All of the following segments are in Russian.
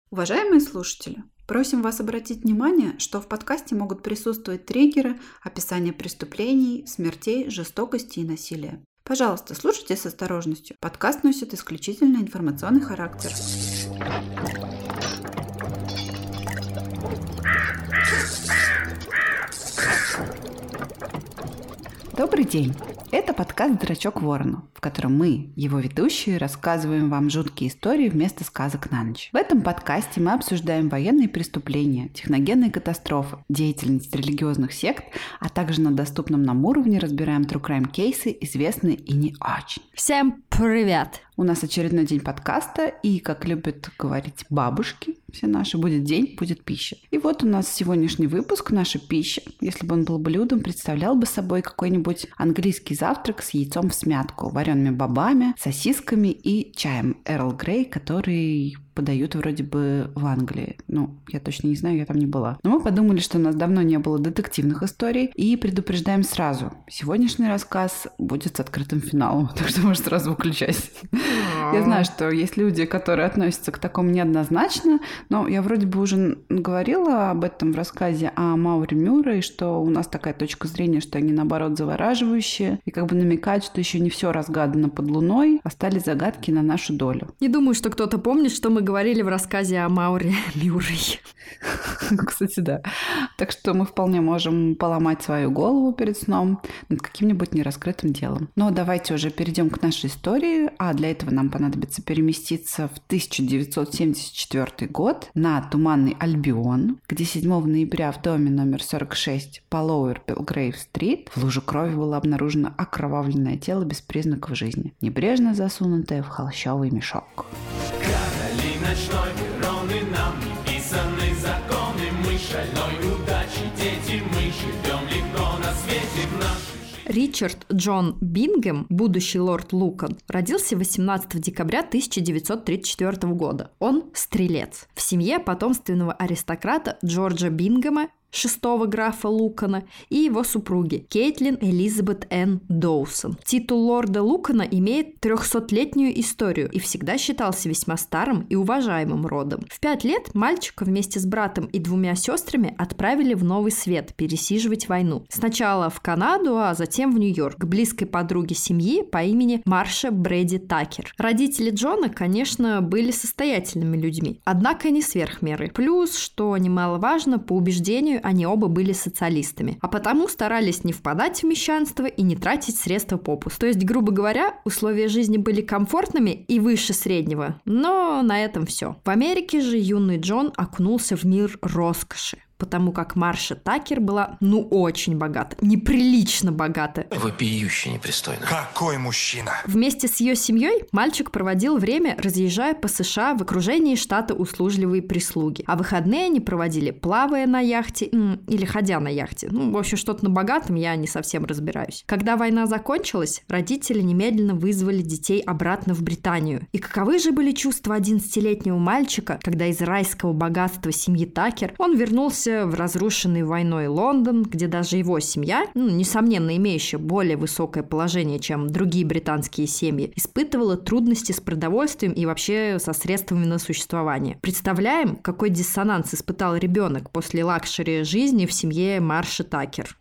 Уважаемые слушатели, просим вас обратить внимание, что в подкасте могут присутствовать триггеры, описание преступлений, смертей, жестокости и насилия. Пожалуйста, слушайте с осторожностью. Подкаст носит исключительно информационный характер. Добрый день! Это подкаст «Дурачок Ворону», в котором мы, его ведущие, рассказываем вам жуткие истории вместо сказок на ночь. В этом подкасте мы обсуждаем военные преступления, техногенные катастрофы, деятельность религиозных сект, а также на доступном нам уровне разбираем true crime кейсы, известные и не очень. Всем привет! У нас очередной день подкаста, и, как любят говорить бабушки, все наши, будет день, будет пища. И вот у нас сегодняшний выпуск, наша пища, если бы он был блюдом, представлял бы собой какой-нибудь английский завтрак с яйцом в смятку, вареными бобами, сосисками и чаем Эрл Грей, который подают вроде бы в Англии. Я точно не знаю, я там не была. Но мы подумали, что у нас давно не было детективных историй, и предупреждаем сразу. Сегодняшний рассказ будет с открытым финалом, так что можешь сразу выключать. Я знаю, что есть люди, которые относятся к такому неоднозначно, но я вроде бы уже говорила об этом в рассказе о Маури Мюррей, что у нас такая точка зрения, что они, наоборот, завораживающие, и как бы намекают, что еще не все разгадано под луной, остались загадки на нашу долю. Не думаю, что кто-то помнит, что мы говорили в рассказе о Маури Мюррей. Кстати, да. Так что мы вполне можем поломать свою голову перед сном над каким-нибудь нераскрытым делом. Но давайте уже перейдем к нашей истории, а для этого нам понадобится переместиться в 1974 год на Туманный Альбион, где 7 ноября в доме номер 46 по Lower Belgrave-стрит в луже крови было обнаружено окровавленное тело без признаков жизни, небрежно засунутое в холщовый мешок. Короли ночной, Вероны, нам не писаны законы. Мы шальной удачи, дети, мы живем легко на свете в нашей. Ричард Джон Бингем, будущий лорд Лукан, родился 18 декабря 1934 года. Он стрелец. В семье потомственного аристократа Джорджа Бингема, 6-го графа Лукана, и его супруги Кейтлин Элизабет Энн Доусон. Титул лорда Лукана имеет 300-летнюю историю и всегда считался весьма старым и уважаемым родом. В 5 лет мальчика вместе с братом и 2 сестрами отправили в Новый Свет пересиживать войну. Сначала в Канаду, а затем в Нью-Йорк, к близкой подруге семьи по имени Марша Брэди Такер. Родители Джона, конечно, были состоятельными людьми, однако не сверх меры. Плюс, что немаловажно, по убеждению, они оба были социалистами, а потому старались не впадать в мещанство и не тратить средства попусту. То есть, грубо говоря, условия жизни были комфортными и выше среднего, но на этом все. В Америке же юный Джон окунулся в мир роскоши, потому как Марша Такер была, очень богата, неприлично богата. Вопиюще непристойно. Какой мужчина? Вместе с ее семьей мальчик проводил время, разъезжая по США в окружении штата услужливой прислуги. А выходные они проводили, плавая на яхте или ходя на яхте. В общем, что-то на богатом, я не совсем разбираюсь. Когда война закончилась, родители немедленно вызвали детей обратно в Британию. И каковы же были чувства 11-летнего мальчика, когда из райского богатства семьи Такер он вернулся в разрушенный войной Лондон, где даже его семья, несомненно имеющая более высокое положение, чем другие британские семьи, испытывала трудности с продовольствием и вообще со средствами на существование. Представляем, какой диссонанс испытал ребенок после лакшери жизни в семье Марши Такер.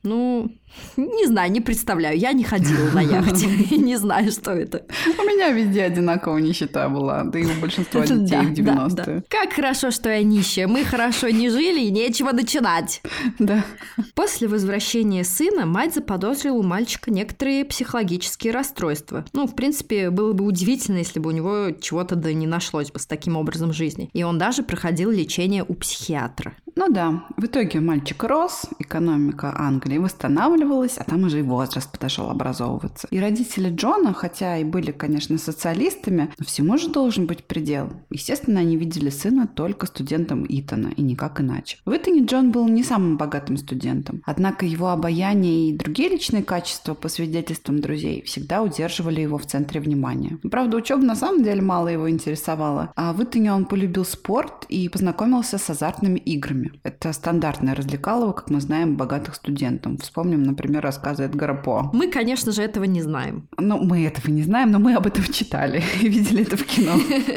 Не знаю, не представляю. Я не ходила на яхте. Не знаю, что это. У меня везде одинаковая нищета была. Да и у большинства детей в 90-е. Как хорошо, что я нищая. Мы хорошо не жили и нечего начинать. Да. После возвращения сына мать заподозрила у мальчика некоторые психологические расстройства. В принципе, было бы удивительно, если бы у него чего-то не нашлось бы с таким образом жизни. И он даже проходил лечение у психиатра. В итоге мальчик рос, экономика Англии восстанавливалась, а там уже и возраст подошел образовываться. И родители Джона, хотя и были, конечно, социалистами, но всему же должен быть предел. Естественно, они видели сына только студентом Итона, и никак иначе. В Итоне Джон был не самым богатым студентом, однако его обаяние и другие личные качества, по свидетельствам друзей, всегда удерживали его в центре внимания. Правда, учеба на самом деле мало его интересовала, а в Итоне он полюбил спорт и познакомился с азартными играми. фильме. Это стандартное развлекалово, как мы знаем, богатых студентам. Вспомним, например, рассказы Эдгара По. Мы, конечно же, этого не знаем. Мы этого не знаем, но мы об этом читали и видели это в кино.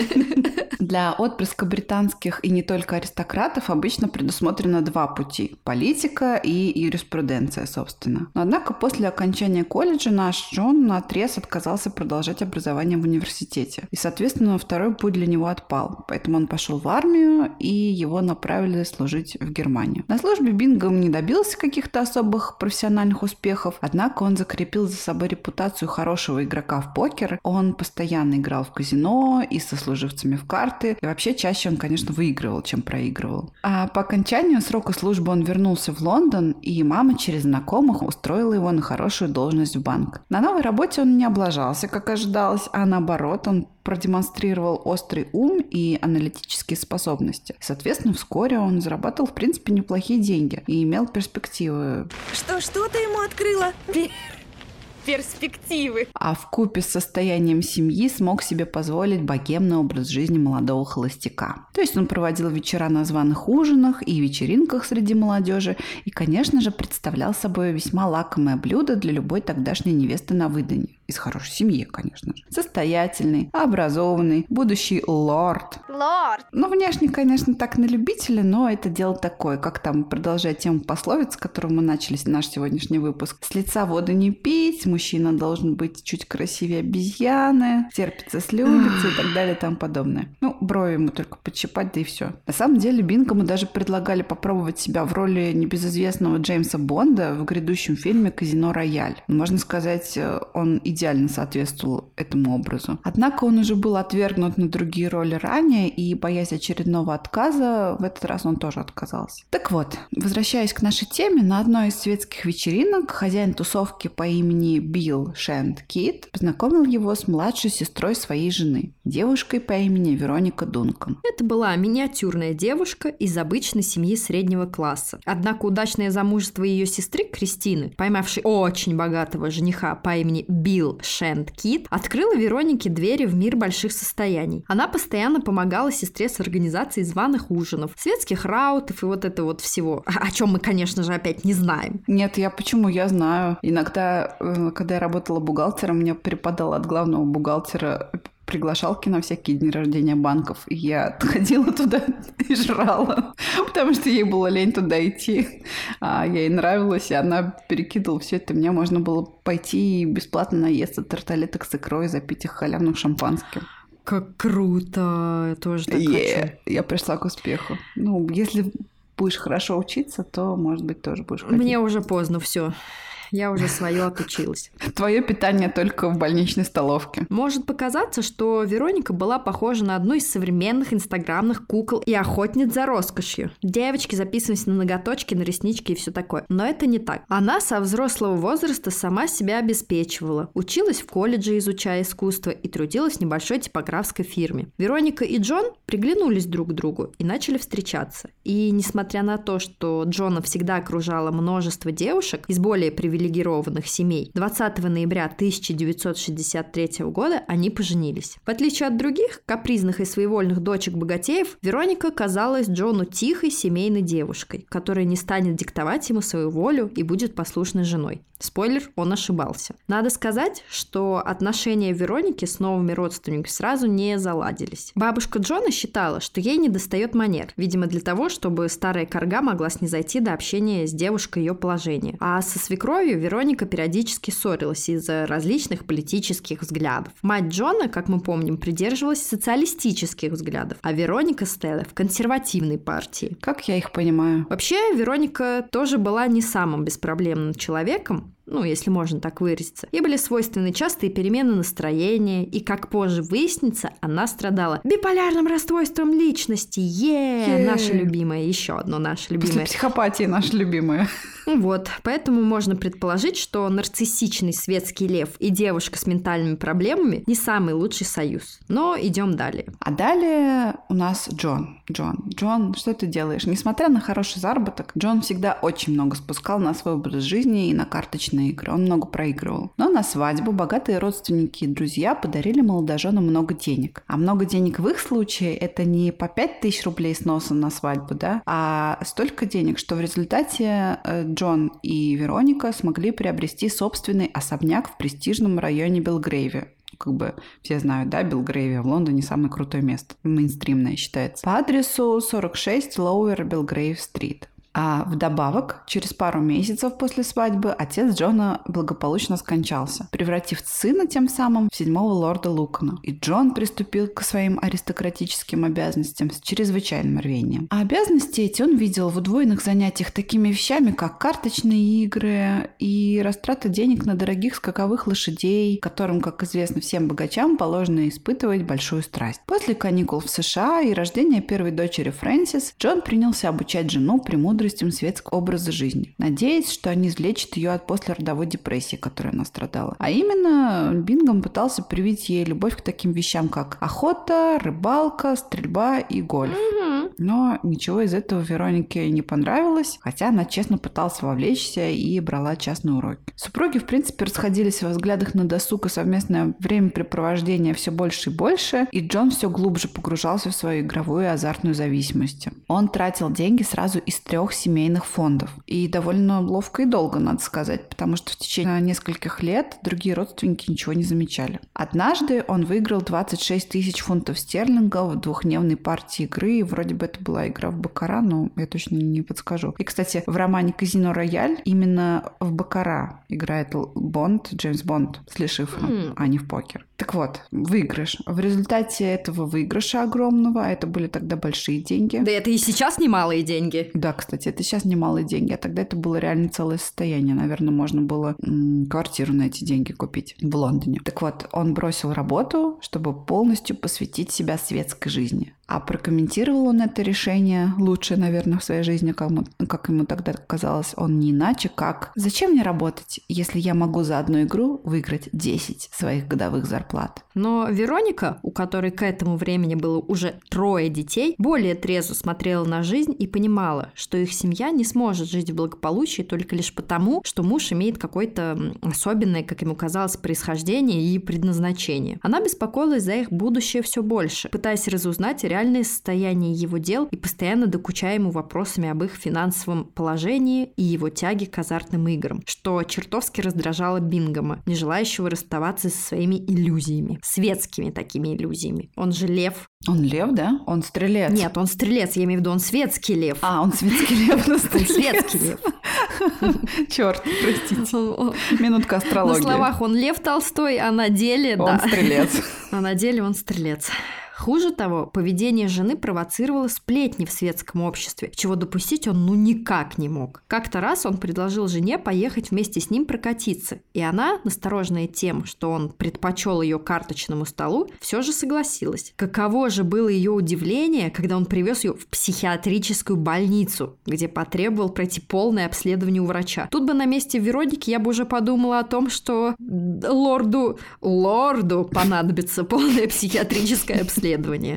Для отпрыска британских и не только аристократов обычно предусмотрено два пути – политика и юриспруденция, собственно. Но однако после окончания колледжа наш Джон наотрез отказался продолжать образование в университете. И, соответственно, второй путь для него отпал. Поэтому он пошел в армию, и его направили служить в Германию. На службе Бингем не добился каких-то особых профессиональных успехов, однако он закрепил за собой репутацию хорошего игрока в покер. Он постоянно играл в казино и со служивцами в карты. И вообще чаще он, конечно, выигрывал, чем проигрывал. А по окончанию срока службы он вернулся в Лондон, и мама через знакомых устроила его на хорошую должность в банк. На новой работе он не облажался, как ожидалось, а наоборот, он продемонстрировал острый ум и аналитические способности. Соответственно, вскоре он зарабатывал, в принципе, неплохие деньги и имел перспективы. Что ты ему открыла? Перспективы. А вкупе с состоянием семьи смог себе позволить богемный образ жизни молодого холостяка. То есть он проводил вечера на званых ужинах и вечеринках среди молодежи и, конечно же, представлял собой весьма лакомое блюдо для любой тогдашней невесты на выданье. Из хорошей семьи, конечно же. Состоятельный, образованный, будущий лорд. Лорд! Внешне, конечно, так на любителя, но это дело такое, как там, продолжая тему пословиц, с которой мы начали наш сегодняшний выпуск. С лица воду не пить, мужчина должен быть чуть красивее обезьяны, терпится, слюбится и так далее и тому подобное. Брови ему только подщипать, да и все. На самом деле, Бингему даже предлагали попробовать себя в роли небезызвестного Джеймса Бонда в грядущем фильме «Казино Рояль». Можно сказать, он идеально соответствовал этому образу. Однако он уже был отвергнут на другие роли ранее, и, боясь очередного отказа, в этот раз он тоже отказался. Так вот, возвращаясь к нашей теме, на одной из светских вечеринок хозяин тусовки по имени Билл Шенд Кит познакомил его с младшей сестрой своей жены, девушкой по имени Вероника Дункан. Это была миниатюрная девушка из обычной семьи среднего класса. Однако удачное замужество ее сестры Кристины, поймавшей очень богатого жениха по имени Билл Шенд Кит, открыла Веронике двери в мир больших состояний. Она постоянно помогала сестре с организацией званых ужинов, светских раутов и вот это вот всего, о чем мы, конечно же, опять не знаем. Нет, я знаю. Иногда, когда я работала бухгалтером, мне преподало от главного бухгалтера приглашалки на всякие дни рождения банков. И я ходила туда и жрала, потому что ей было лень туда идти. А ей нравилось, и она перекидывала все это. Мне можно было пойти и бесплатно наесться тарталеток с икрой, запить их халявным шампанским. Как круто! Я тоже так хочу. Я пришла к успеху. Если будешь хорошо учиться, то, может быть, тоже будешь ходить. Мне уже поздно, все. Я уже свое отучилась. Твое питание только в больничной столовке. Может показаться, что Вероника была похожа на одну из современных инстаграмных кукол и охотниц за роскошью. Девочки записывались на ноготочки, на реснички и все такое. Но это не так. Она со взрослого возраста сама себя обеспечивала. Училась в колледже, изучая искусство, и трудилась в небольшой типографской фирме. Вероника и Джон приглянулись друг к другу и начали встречаться. И несмотря на то, что Джона всегда окружало множество девушек из более привилегированных семей, 20 ноября 1963 года они поженились. В отличие от других капризных и своевольных дочек богатеев, Вероника казалась Джону тихой семейной девушкой, которая не станет диктовать ему свою волю и будет послушной женой. Спойлер, он ошибался. Надо сказать, что отношения Вероники с новыми родственниками сразу не заладились. Бабушка Джона считала, что ей недостает манер, видимо, для того, чтобы старая корга могла снизойти до общения с девушкой ее положения. А со свекровью Вероника периодически ссорилась из-за различных политических взглядов. Мать Джона, как мы помним, придерживалась социалистических взглядов, а Вероника стояла в консервативной партии. Как я их понимаю? Вообще, Вероника тоже была не самым беспроблемным человеком, если можно так выразиться. Ей были свойственны частые перемены настроения, и, как позже выяснится, она страдала биполярным расстройством личности. Наша любимая, еще одно наше любимое. После психопатии наша любимая. Поэтому можно предположить, что нарциссичный светский лев и девушка с ментальными проблемами не самый лучший союз. Но идем далее. А далее у нас Джон. Джон, что ты делаешь? Несмотря на хороший заработок, Джон всегда очень много спускал на свой образ жизни и на карточные карточные игры, он много проигрывал. Но на свадьбу богатые родственники и друзья подарили молодоженам много денег. А много денег в их случае это не по 5000 рублей с носом на свадьбу, да, а столько денег, что в результате Джон и Вероника смогли приобрести собственный особняк в престижном районе Белгрейви. Как бы все знают, да, Белгрейви в Лондоне самое крутое место, мейнстримное считается. По адресу 46 Lower Belgrave Street. А вдобавок, через пару месяцев после свадьбы отец Джона благополучно скончался, превратив сына тем самым в 7-го лорда Лукана. И Джон приступил к своим аристократическим обязанностям с чрезвычайным рвением. А обязанности эти он видел в удвоенных занятиях такими вещами, как карточные игры и растрата денег на дорогих скаковых лошадей, которым, как известно всем богачам, положено испытывать большую страсть. После каникул в США и рождения первой дочери Фрэнсис, Джон принялся обучать жену премудрости светского образа жизни, надеясь, что они излечат ее от послеродовой депрессии, которой она страдала. А именно, Бингем пытался привить ей любовь к таким вещам, как охота, рыбалка, стрельба и гольф. Но ничего из этого Веронике не понравилось, хотя она честно пыталась вовлечься и брала частные уроки. Супруги, в принципе, расходились во взглядах на досуг и совместное времяпрепровождение все больше и больше, и Джон все глубже погружался в свою игровую и азартную зависимость. Он тратил деньги сразу из 3 семейных фондов. И довольно ловко и долго, надо сказать, потому что в течение нескольких лет другие родственники ничего не замечали. Однажды он выиграл 26 000 фунтов стерлингов в 2-дневной партии игры, и вроде бы это была игра в баккара, но я точно не подскажу. И, кстати, в романе «Казино Рояль» именно в баккара играет Джеймс Бонд с Ли Шифром, а не в покер. Так вот, выигрыш. В результате этого выигрыша огромного, это были тогда большие деньги. Да это и сейчас немалые деньги. Да, кстати, это сейчас немалые деньги, а тогда это было реально целое состояние. Наверное, можно было квартиру на эти деньги купить в Лондоне. Так вот, он бросил работу, чтобы полностью посвятить себя светской жизни. А прокомментировал он это решение лучше, наверное, в своей жизни, как ему тогда казалось, он не иначе, как «Зачем мне работать, если я могу за одну игру выиграть 10 своих годовых зарплат?» Но Вероника, у которой к этому времени было уже 3 детей, более трезво смотрела на жизнь и понимала, что их семья не сможет жить в благополучии только лишь потому, что муж имеет какое-то особенное, как ему казалось, происхождение и предназначение. Она беспокоилась за их будущее все больше, пытаясь разузнать реальное состояние его дел и постоянно докучая ему вопросами об их финансовом положении и его тяге к азартным играм, что чертовски раздражало Бингема, не желающего расставаться со своими иллюзиями, светскими такими иллюзиями. Он же лев. Он лев, да? Он стрелец. Нет, он стрелец, я имею в виду, он светский лев. А, он светский лев, он светский лев. Черт, простите. Минутка астрологии. На словах он Лев Толстой, а на деле, он стрелец. А на деле он стрелец. Хуже того, поведение жены провоцировало сплетни в светском обществе, чего допустить он никак не мог. Как-то раз он предложил жене поехать вместе с ним прокатиться, и она, настороженная тем, что он предпочел ее карточному столу, все же согласилась. Каково же было ее удивление, когда он привез ее в психиатрическую больницу, где потребовал пройти полное обследование у врача. Тут бы на месте Вероники я бы уже подумала о том, что лорду понадобится полное психиатрическое обследование.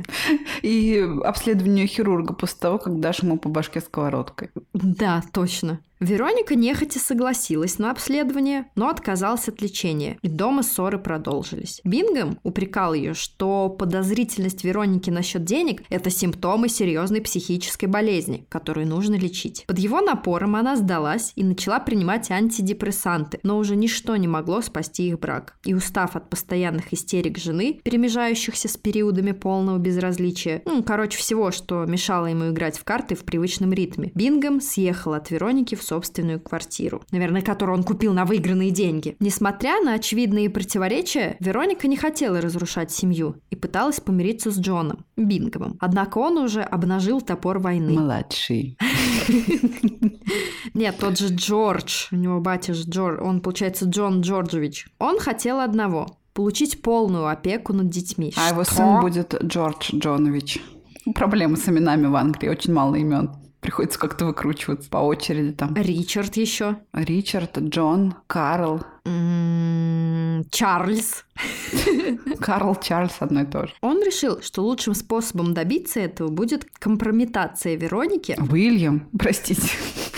И обследование хирурга после того, как дашь ему по башке сковородкой. Да, точно. Вероника нехотя согласилась на обследование, но отказалась от лечения, и дома ссоры продолжились. Бингем упрекал ее, что подозрительность Вероники насчет денег – это симптомы серьезной психической болезни, которую нужно лечить. Под его напором она сдалась и начала принимать антидепрессанты, но уже ничто не могло спасти их брак. И устав от постоянных истерик жены, перемежающихся с периодами полного безразличия, всего, что мешало ему играть в карты в привычном ритме, Бингем съехал от Вероники в собственную квартиру, наверное, которую он купил на выигранные деньги. Несмотря на очевидные противоречия, Вероника не хотела разрушать семью и пыталась помириться с Джоном Бингемом. Однако он уже обнажил топор войны. Младший. Нет, тот же Джордж, у него батя же Джордж, он, получается, Джон Джорджевич. Он хотел одного – получить полную опеку над детьми. А его сын будет Джордж Джонович. Проблемы с именами в Англии, очень мало имен. Приходится как-то выкручиваться по очереди там. Ричард еще. Ричард, Джон, Карл. Чарльз. Карл, Чарльз одно и то же. Он решил, что лучшим способом добиться этого будет компрометация Вероники. Уильям, простите.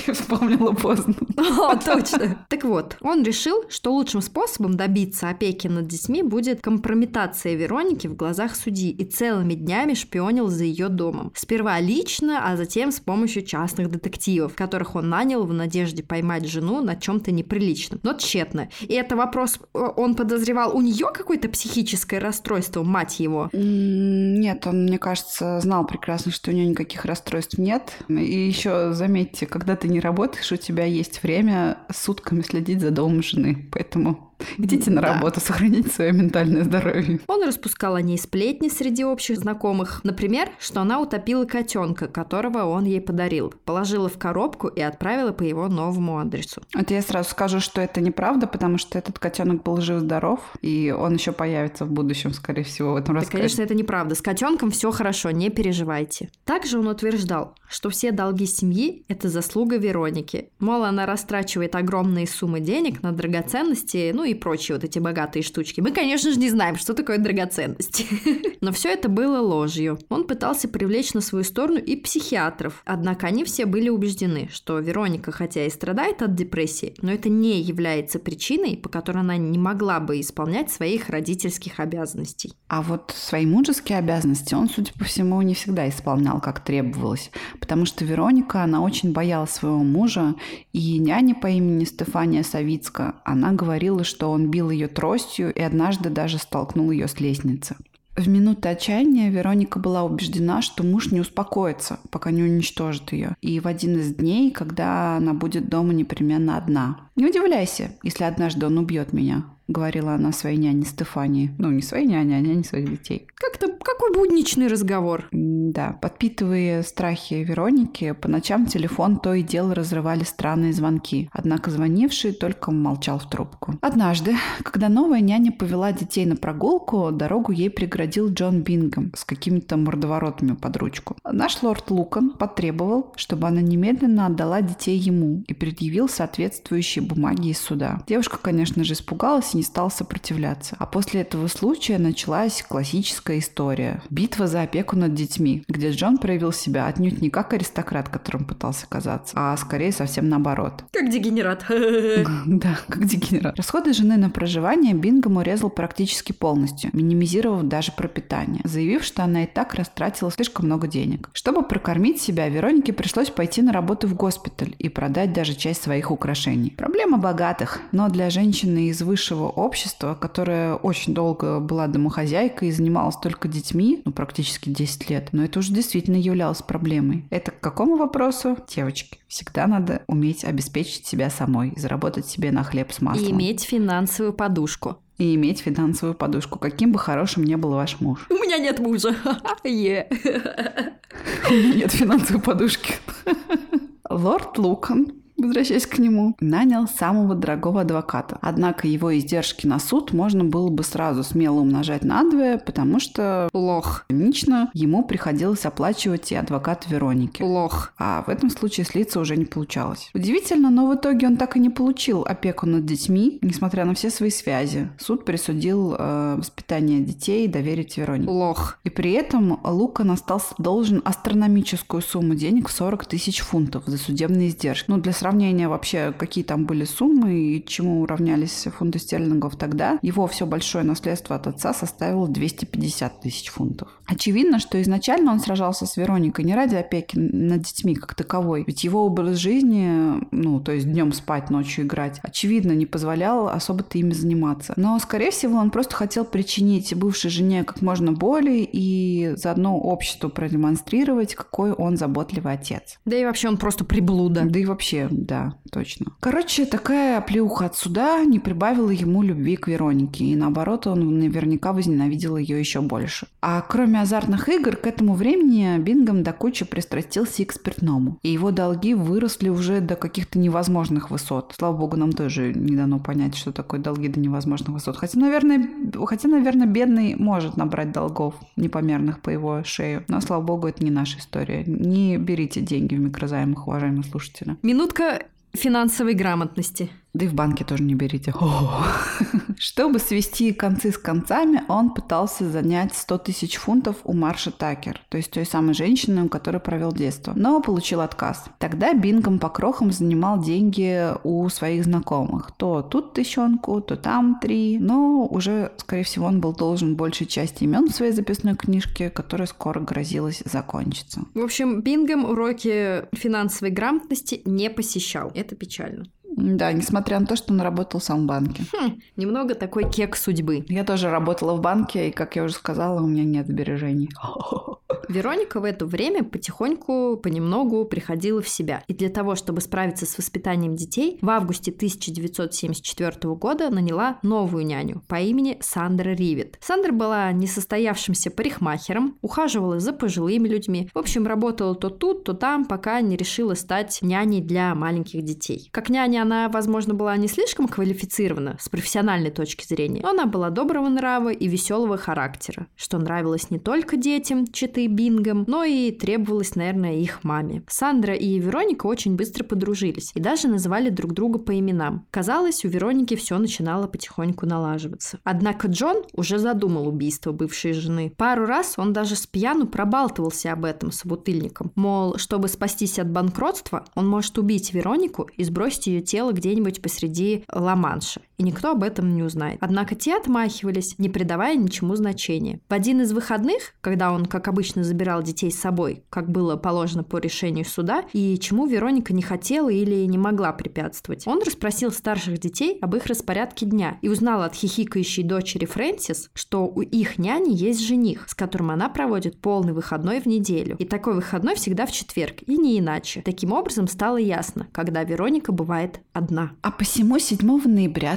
Вспомнила поздно. О, точно. Так вот, он решил, что лучшим способом добиться опеки над детьми будет компрометация Вероники в глазах судьи, и целыми днями шпионил за ее домом. Сперва лично, а затем с помощью частных детективов, которых он нанял в надежде поймать жену на чем-то неприличном. Но тщетно. И это вопрос, он подозревал у нее какое-то психическое расстройство, мать его? Нет, он, мне кажется, знал прекрасно, что у нее никаких расстройств нет. И еще заметьте, когда ты не работаешь, у тебя есть время сутками следить за домом жены. Поэтому идите на работу, сохраните свое ментальное здоровье. Он распускал о ней сплетни среди общих знакомых. Например, что она утопила котенка, которого он ей подарил, положила в коробку и отправила по его новому адресу. Вот я сразу скажу, что это неправда, потому что этот котенок был жив-здоров, и он еще появится в будущем, скорее всего, в этом рассказе. Да, конечно, это неправда. С котенком все хорошо, не переживайте. Также он утверждал, что все долги семьи – это заслуга Вероники. Мол, она растрачивает огромные суммы денег на драгоценности, и прочие вот эти богатые штучки. Мы, конечно же, не знаем, что такое драгоценности. Но все это было ложью. Он пытался привлечь на свою сторону и психиатров. Однако они все были убеждены, что Вероника, хотя и страдает от депрессии, но это не является причиной, по которой она не могла бы исполнять своих родительских обязанностей. А вот свои мужеские обязанности он, судя по всему, не всегда исполнял, как требовалось. Потому что Вероника, она очень боялась своего мужа, и няня по имени Стефания Савицка, она говорила, что он бил ее тростью и однажды даже столкнул ее с лестницы. В минуты отчаяния Вероника была убеждена, что муж не успокоится, пока не уничтожит ее. И в один из дней, когда она будет дома непременно одна. «Не удивляйся, если однажды он убьет меня», — говорила она своей няне Стефании. Не своей няне, а няне своих детей. Какой будничный разговор. Да, подпитывая страхи Вероники, по ночам телефон то и дело разрывали странные звонки. Однако звонивший только молчал в трубку. Однажды, когда новая няня повела детей на прогулку, дорогу ей преградил Джон Бингем с какими-то мордоворотами под ручку. Наш лорд Лукан потребовал, чтобы она немедленно отдала детей ему и предъявил соответствующие бумаги из суда. Девушка, конечно же, испугалась и не стала сопротивляться. А после этого случая началась классическая история. Битва за опеку над детьми, где Джон проявил себя отнюдь не как аристократ, которым пытался казаться, а скорее совсем наоборот. Как дегенерат. Да, как дегенерат. Расходы жены на проживание Бингем урезал практически полностью, минимизировав даже пропитание, заявив, что она и так растратила слишком много денег. Чтобы прокормить себя, Веронике пришлось пойти на работу в госпиталь и продать даже часть своих украшений. Проблема богатых, но для женщины из высшего общества, которая очень долго была домохозяйкой и занималась только детьми, практически 10 лет, но это уже действительно являлось проблемой. Это к какому вопросу? Девочки, всегда надо уметь обеспечить себя самой, заработать себе на хлеб с маслом. И иметь финансовую подушку. Каким бы хорошим ни был ваш муж. У меня нет мужа. У меня нет финансовой подушки. Лорд Лукан, возвращаясь к нему, нанял самого дорогого адвоката. Однако его издержки на суд можно было бы сразу смело умножать на 2, потому что лох. Лично ему приходилось оплачивать и адвоката Вероники. Лох. А в этом случае слиться уже не получалось. Удивительно, но в итоге он так и не получил опеку над детьми, несмотря на все свои связи. Суд присудил воспитание детей доверить Веронике. Лох. И при этом Лукан остался должен астрономическую сумму денег в 40 тысяч фунтов за судебные издержки. Для сравнения вообще, какие там были суммы и чему равнялись фунты стерлингов тогда, его все большое наследство от отца составило 250 тысяч фунтов. Очевидно, что изначально он сражался с Вероникой не ради опеки над детьми как таковой, ведь его образ жизни, то есть днем спать, ночью играть, очевидно, не позволял особо-то ими заниматься. Но, скорее всего, он просто хотел причинить бывшей жене как можно боли и заодно обществу продемонстрировать, какой он заботливый отец. Да и вообще он просто приблуда. Да и вообще, да, точно. Короче, такая оплеуха от суда не прибавила ему любви к Веронике, и наоборот, он наверняка возненавидел ее еще больше. А кроме азартных игр, к этому времени Бингем до кучи пристрастился и к спиртному. И его долги выросли уже до каких-то невозможных высот. Слава богу, нам тоже не дано понять, что такое долги до невозможных высот. Хотя, наверное, бедный может набрать долгов непомерных по его шею. Но, слава богу, это не наша история. Не берите деньги в микрозаймах, уважаемые слушатели. Минутка финансовой грамотности. Да и в банке тоже не берите. Чтобы свести концы с концами, он пытался занять 100 тысяч фунтов у Марши Такер, то есть той самой женщины, у которой провел детство, но получил отказ. Тогда Бингем по крохам занимал деньги у своих знакомых. То тут тыщенку, то там 3, но уже, скорее всего, он был должен большей части имен в своей записной книжке, которая скоро грозилась закончиться. В общем, Бингем уроки финансовой грамотности не посещал. Это печально. Да, несмотря на то, что он работал сам в банке. Немного такой кек судьбы. Я тоже работала в банке, и, как я уже сказала, у меня нет сбережений. Вероника в это время потихоньку, понемногу приходила в себя. И для того, чтобы справиться с воспитанием детей, в августе 1974 года наняла новую няню по имени Сандра Ривет. Сандра была несостоявшимся парикмахером, ухаживала за пожилыми людьми. В общем, работала то тут, то там, пока не решила стать няней для маленьких детей. Как няня она, возможно, была не слишком квалифицирована с профессиональной точки зрения, но она была доброго нрава и веселого характера, что нравилось не только детям, читы Бингем, но и требовалось, наверное, их маме. Сандра и Вероника очень быстро подружились и даже называли друг друга по именам. Казалось, у Вероники все начинало потихоньку налаживаться. Однако Джон уже задумал убийство бывшей жены. Пару раз он даже с пьяну пробалтывался об этом собутыльником. Мол, чтобы спастись от банкротства, он может убить Веронику и сбросить ее тело где-нибудь посреди Ла-Манша, и никто об этом не узнает. Однако те отмахивались, не придавая ничему значения. В один из выходных, когда он, как обычно, забирал детей с собой, как было положено по решению суда, и чему Вероника не хотела или не могла препятствовать, он расспросил старших детей об их распорядке дня и узнал от хихикающей дочери Фрэнсис, что у их няни есть жених, с которым она проводит полный выходной в неделю. И такой выходной всегда в четверг, и не иначе. Таким образом, стало ясно, когда Вероника бывает одна. А посему 7 ноября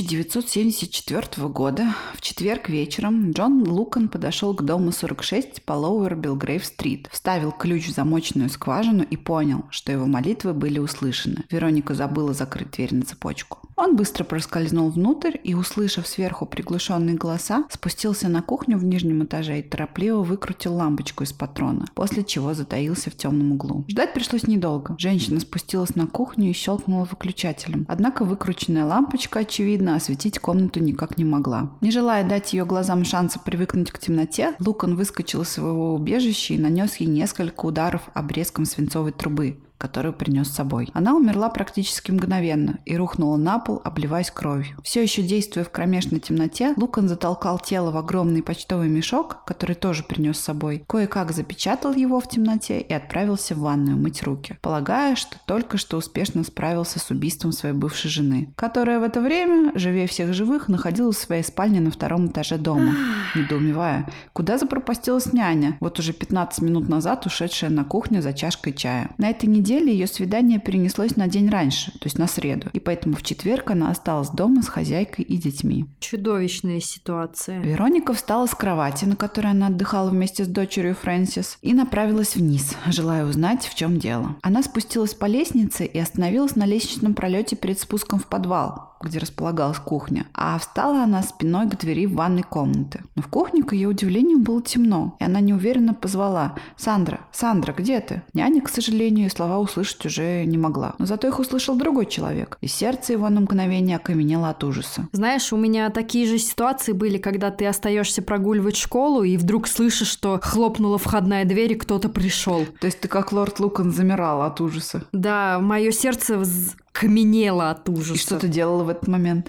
1974 года в четверг вечером Джон Лукан подошел к дому 46 по Lower Belgrave-стрит, вставил ключ в замочную скважину и понял, что его молитвы были услышаны. Вероника забыла закрыть дверь на цепочку. Он быстро проскользнул внутрь и, услышав сверху приглушенные голоса, спустился на кухню в нижнем этаже и торопливо выкрутил лампочку из патрона, после чего затаился в темном углу. Ждать пришлось недолго. Женщина спустилась на кухню и щелкнула выключателем. Однако выкрученная лампочка, очевидно, осветить комнату никак не могла. Не желая дать ее глазам шанса привыкнуть к темноте, Лукан выскочил из своего убежища и нанес ей несколько ударов обрезком свинцовой трубы, которую принес с собой. Она умерла практически мгновенно и рухнула на пол, обливаясь кровью. Все еще действуя в кромешной темноте, Лукан затолкал тело в огромный почтовый мешок, который тоже принес с собой, кое-как запечатал его в темноте и отправился в ванную мыть руки, полагая, что только что успешно справился с убийством своей бывшей жены, которая в это время, живее всех живых, находилась в своей спальне на 2-м этаже дома, недоумевая, куда запропастилась няня, вот уже 15 минут назад ушедшая на кухню за чашкой чая. На этой неделе ее свидание перенеслось на день раньше, то есть на среду, и поэтому в четверг она осталась дома с хозяйкой и детьми. Чудовищная ситуация. Вероника встала с кровати, на которой она отдыхала вместе с дочерью Фрэнсис, и направилась вниз, желая узнать, в чем дело. Она спустилась по лестнице и остановилась на лестничном пролете перед спуском в подвал, где располагалась кухня, а встала она спиной к двери ванной комнаты. Но в кухне, к ее удивлению, было темно, и она неуверенно позвала: «Сандра, Сандра, где ты?» Няня, к сожалению, слова услышать уже не могла, но зато их услышал другой человек, и сердце его на мгновение окаменело от ужаса. Знаешь, у меня такие же ситуации были, когда ты остаешься прогуливать школу, и вдруг слышишь, что хлопнула входная дверь, и кто-то пришел. То есть ты, как лорд Лукан, замирала от ужаса? Да, мое сердце каменела от ужаса. И что ты делала в этот момент?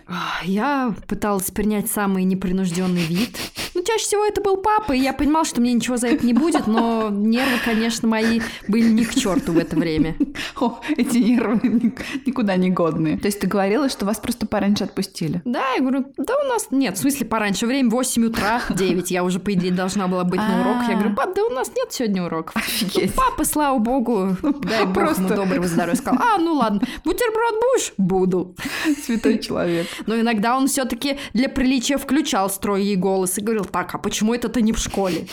Я пыталась принять самый непринужденный вид. Ну, чаще всего это был папа, и я понимала, что мне ничего за это не будет, но нервы, конечно, мои были ни к черту в это время. О, эти нервы никуда не годные. То есть ты говорила, что вас просто пораньше отпустили? Да, я говорю, да у нас... Нет, в смысле пораньше, время 8 утра, 9, я уже, по идее, должна была быть на урок. Я говорю, пап, да у нас нет сегодня уроков. Офигеть. Папа, слава богу, дай бог ему доброго здоровья, сказал, ну ладно, бутерброд будешь? Буду. Святой человек. Но иногда он все-таки для приличия включал строгий голос и говорил, так, а почему это ты не в школе?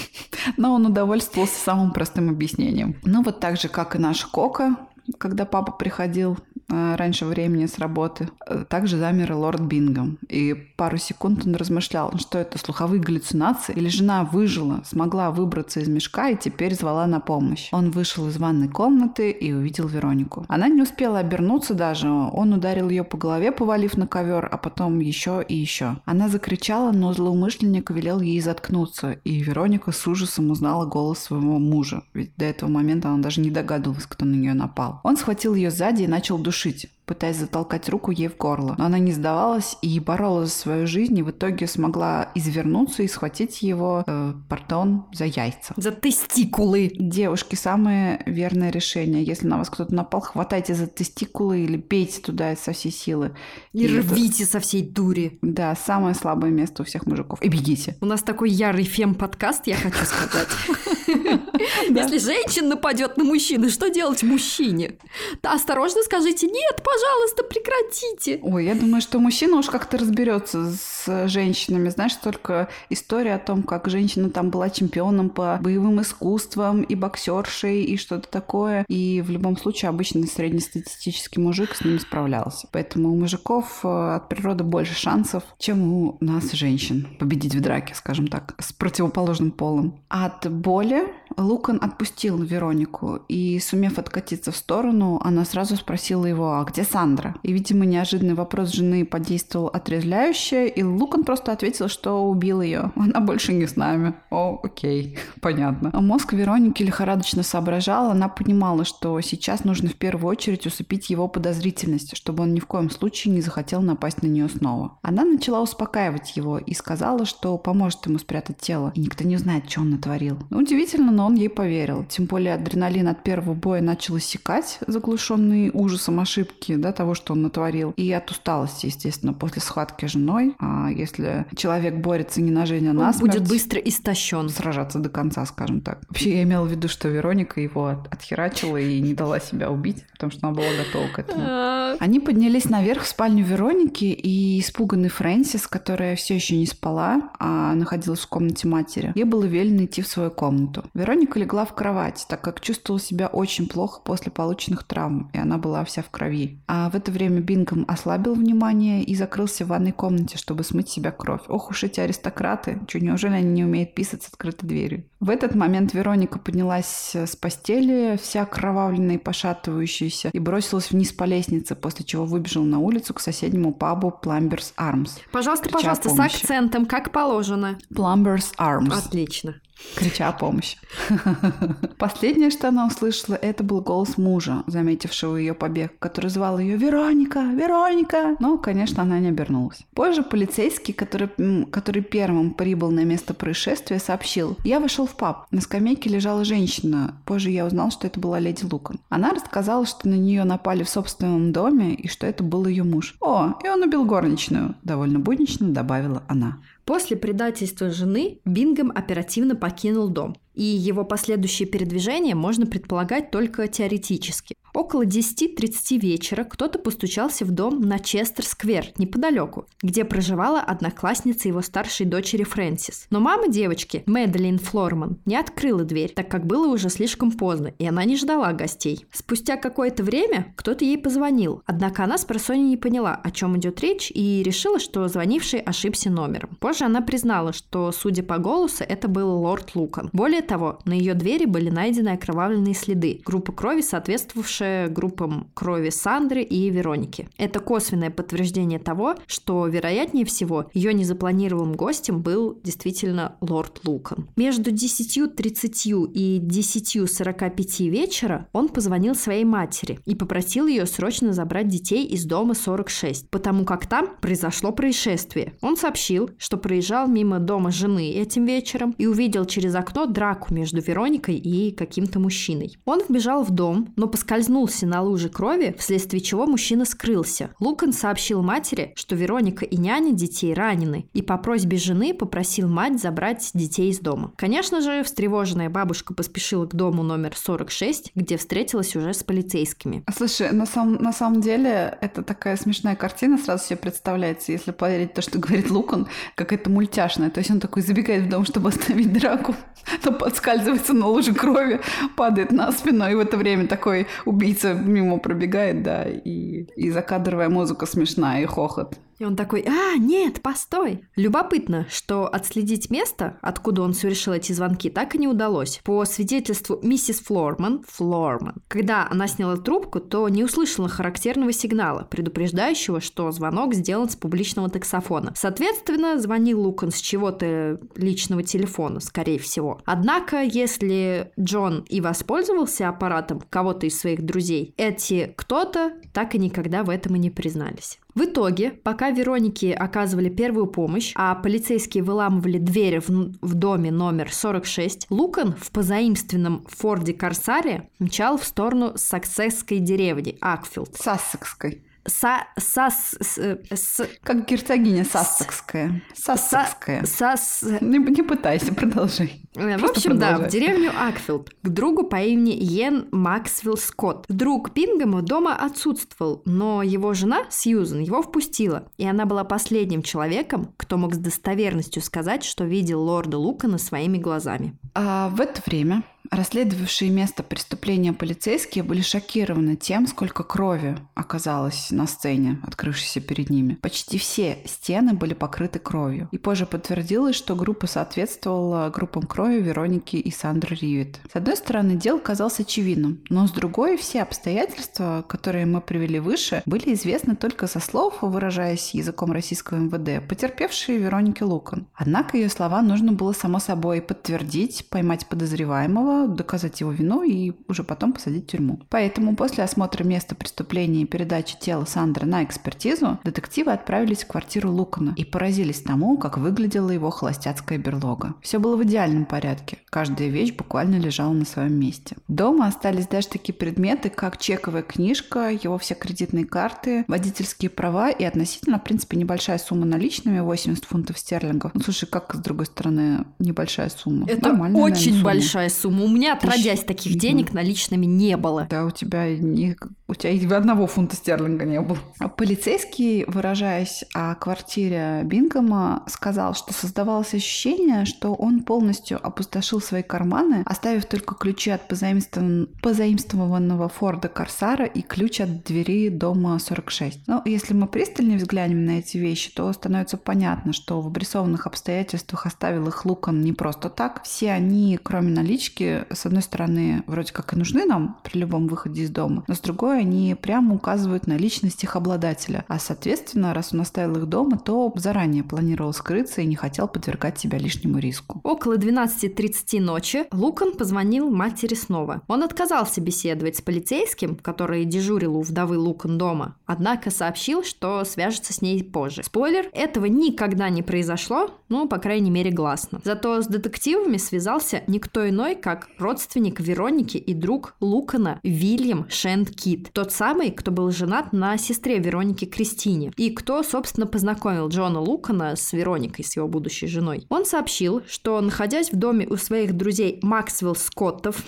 Но он удовольствовался самым простым объяснением. Ну вот так же, как и наша Кока, когда папа приходил раньше времени с работы. Также замер и лорд Бингем. И пару секунд он размышлял, что это, слуховые галлюцинации? Или жена выжила, смогла выбраться из мешка и теперь звала на помощь? Он вышел из ванной комнаты и увидел Веронику. Она не успела обернуться даже. Он ударил ее по голове, повалив на ковер, а потом еще и еще. Она закричала, но злоумышленник велел ей заткнуться. И Вероника с ужасом узнала голос своего мужа. Ведь до этого момента она даже не догадывалась, кто на нее напал. Он схватил ее сзади и начал душить, пытаясь затолкать руку ей в горло. Но она не сдавалась и боролась за свою жизнь, и в итоге смогла извернуться и схватить его, за яйца. За тестикулы. Девушки, самое верное решение. Если на вас кто-то напал, хватайте за тестикулы или бейте туда со всей силы. И рвите со всей дури. Да, самое слабое место у всех мужиков. И бегите. У нас такой ярый фем-подкаст, я хочу сказать. Если женщина нападет на мужчину, что делать мужчине? Да, осторожно скажите: нет, пожалуйста, прекратите. Ой, я думаю, что мужчина уж как-то разберется с женщинами. Знаешь, только история о том, как женщина там была чемпионом по боевым искусствам и боксершей и что-то такое. И в любом случае обычный среднестатистический мужик с ними справлялся. Поэтому у мужиков от природы больше шансов, чем у нас, женщин, победить в драке, скажем так, с противоположным полом. От боли Лукан отпустил Веронику, и, сумев откатиться в сторону, она сразу спросила его: а где Сандра? И, видимо, неожиданный вопрос жены подействовал отрезвляюще, и Лукан просто ответил, что убил ее. Она больше не с нами. О, окей, понятно. Мозг Вероники лихорадочно соображал, она понимала, что сейчас нужно в первую очередь усыпить его подозрительность, чтобы он ни в коем случае не захотел напасть на нее снова. Она начала успокаивать его и сказала, что поможет ему спрятать тело, и никто не узнает, что он натворил. Удивительно, но он ей поверил. Тем более адреналин от первого боя начал иссякать, заглушенный ужасом ошибки, того, что он натворил. И от усталости, естественно, после схватки с женой. А если человек борется не на жизнь, а на смерть, он будет быстро истощен. Сражаться до конца, скажем так. Вообще, я имела в виду, что Вероника его отхерачила и не дала себя убить, потому что она была готова к этому. Они поднялись наверх в спальню Вероники, и испуганный Фрэнсис, которая все еще не спала, а находилась в комнате матери, ей было велено идти в свою комнату. Вероника легла в кровать, так как чувствовала себя очень плохо после полученных травм, и она была вся в крови. А в это время Бингем ослабил внимание и закрылся в ванной комнате, чтобы смыть с себя кровь. Ох уж эти аристократы, неужели они не умеют писать с открытой дверью? В этот момент Вероника поднялась с постели, вся окровавленная и пошатывающаяся, и бросилась вниз по лестнице, после чего выбежала на улицу к соседнему пабу Plumbers Arms. Пожалуйста, с акцентом, как положено. Plumbers Arms. Отлично. Крича о помощи. Последнее, что она услышала, это был голос мужа, заметившего ее побег, который звал ее: «Вероника! Вероника!». Но, конечно, она не обернулась. Позже полицейский, который первым прибыл на место происшествия, сообщил: «Я вошел в паб. На скамейке лежала женщина. Позже я узнал, что это была леди Лукан. Она рассказала, что на нее напали в собственном доме и что это был ее муж. О, и он убил горничную», — довольно буднично добавила она. После предательства жены Бингем оперативно покинул дом, и его последующие передвижения можно предполагать только теоретически. Около 10:30 вечера кто-то постучался в дом на Честер-сквер, неподалеку, где проживала одноклассница его старшей дочери Фрэнсис. Но мама девочки, Мэдалин Флорман, не открыла дверь, так как было уже слишком поздно, и она не ждала гостей. Спустя какое-то время кто-то ей позвонил, однако она спросонья не поняла, о чем идет речь, и решила, что звонивший ошибся номером. Позже она признала, что, судя по голосу, это был лорд Лукан. Более того, на ее двери были найдены окровавленные следы, группа крови, соответствовавшая группам крови Сандры и Вероники. Это косвенное подтверждение того, что, вероятнее всего, ее незапланированным гостем был действительно лорд Лукан. Между 10:30 и 10:45 вечера он позвонил своей матери и попросил ее срочно забрать детей из дома 46, потому как там произошло происшествие. Он сообщил, что проезжал мимо дома жены этим вечером и увидел через окно драку между Вероникой и каким-то мужчиной. Он вбежал в дом, но поскользнулся на луже крови, вследствие чего мужчина скрылся. Лукан сообщил матери, что Вероника и няня детей ранены, и по просьбе жены попросил мать забрать детей из дома. Конечно же, встревоженная бабушка поспешила к дому номер 46, где встретилась уже с полицейскими. Слушай, на самом деле это такая смешная картина, сразу себе представляется, если поверить в то, что говорит Лукан, какая-то мультяшная. То есть он такой забегает в дом, чтобы остановить драку, но подскальзывается на луже крови, падает на спину, и в это время такой убийца мимо пробегает, да, и закадровая музыка смешная, и хохот. И он такой: нет, постой. Любопытно, что отследить место, откуда он совершил эти звонки, так и не удалось. По свидетельству миссис Флорман, когда она сняла трубку, то не услышала характерного сигнала, предупреждающего, что звонок сделан с публичного таксофона. Соответственно, звонил Лукан с чего-то личного телефона, скорее всего. Однако, если Джон и воспользовался аппаратом кого-то из своих друзей, эти кто-то так и никогда в этом и не признались. В итоге, пока Веронике оказывали первую помощь, а полицейские выламывали двери в доме номер 46, Лукан в позаимственном Форде Корсаре мчал в сторону саксесской деревни Акфилд. Сассекской. Как герцогиня Сассекская. Не пытайся, продолжай. В общем, да, в деревню Акфилд к другу по имени Йен Максвелл Скотт. Друг Бингема дома отсутствовал, но его жена Сьюзен его впустила, и она была последним человеком, кто мог с достоверностью сказать, что видел лорда Лукана своими глазами. А в это время расследовавшие место преступления полицейские были шокированы тем, сколько крови оказалось на сцене, открывшейся перед ними. Почти все стены были покрыты кровью. И позже подтвердилось, что группа соответствовала группам крови Вероники и Сандры Ривет. С одной стороны, дело казалось очевидным, но с другой, все обстоятельства, которые мы привели выше, были известны только со слов, выражаясь языком российского МВД, потерпевшей Веронике Лукан. Однако ее слова нужно было само собой подтвердить, поймать подозреваемого, доказать его вину и уже потом посадить в тюрьму. Поэтому после осмотра места преступления и передачи тела Сандры на экспертизу, детективы отправились в квартиру Лукана и поразились тому, как выглядела его холостяцкая берлога. Все было в идеальном порядке. Каждая вещь буквально лежала на своем месте. Дома остались даже такие предметы, как чековая книжка, его все кредитные карты, водительские права и относительно, в принципе, небольшая сумма наличными, 80 фунтов стерлингов. Ну, слушай, как, с другой стороны, небольшая сумма? Это нормальная, очень наверное, большая сумма. У меня, отродясь, таких денег наличными не было. Да, у тебя и 1 фунта стерлинга не было. Полицейский, выражаясь о квартире Бингема, сказал, что создавалось ощущение, что он полностью опустошил свои карманы, оставив только ключи от позаимствованного Форда Корсара и ключ от двери дома 46. Но если мы пристальнее взглянем на эти вещи, то становится понятно, что в обрисованных обстоятельствах оставил их Лукан не просто так. Все они, кроме налички, с одной стороны, вроде как и нужны нам при любом выходе из дома, но с другой они прямо указывают на личность их обладателя. А соответственно, раз он оставил их дома, то заранее планировал скрыться и не хотел подвергать себя лишнему риску. Около 12:30 ночи Лукан позвонил матери снова. Он отказался беседовать с полицейским, который дежурил у вдовы Лукан дома, однако сообщил, что свяжется с ней позже. Спойлер, этого никогда не произошло, ну, по крайней мере, гласно. Зато с детективами связался никто иной, как родственник Вероники и друг Лукана Вильям Шент Кид. Тот самый, кто был женат на сестре Вероники Кристине. И кто, собственно, познакомил Джона Лукана с Вероникой, с его будущей женой. Он сообщил, что, находясь в доме у своих друзей Максвелл Скоттов,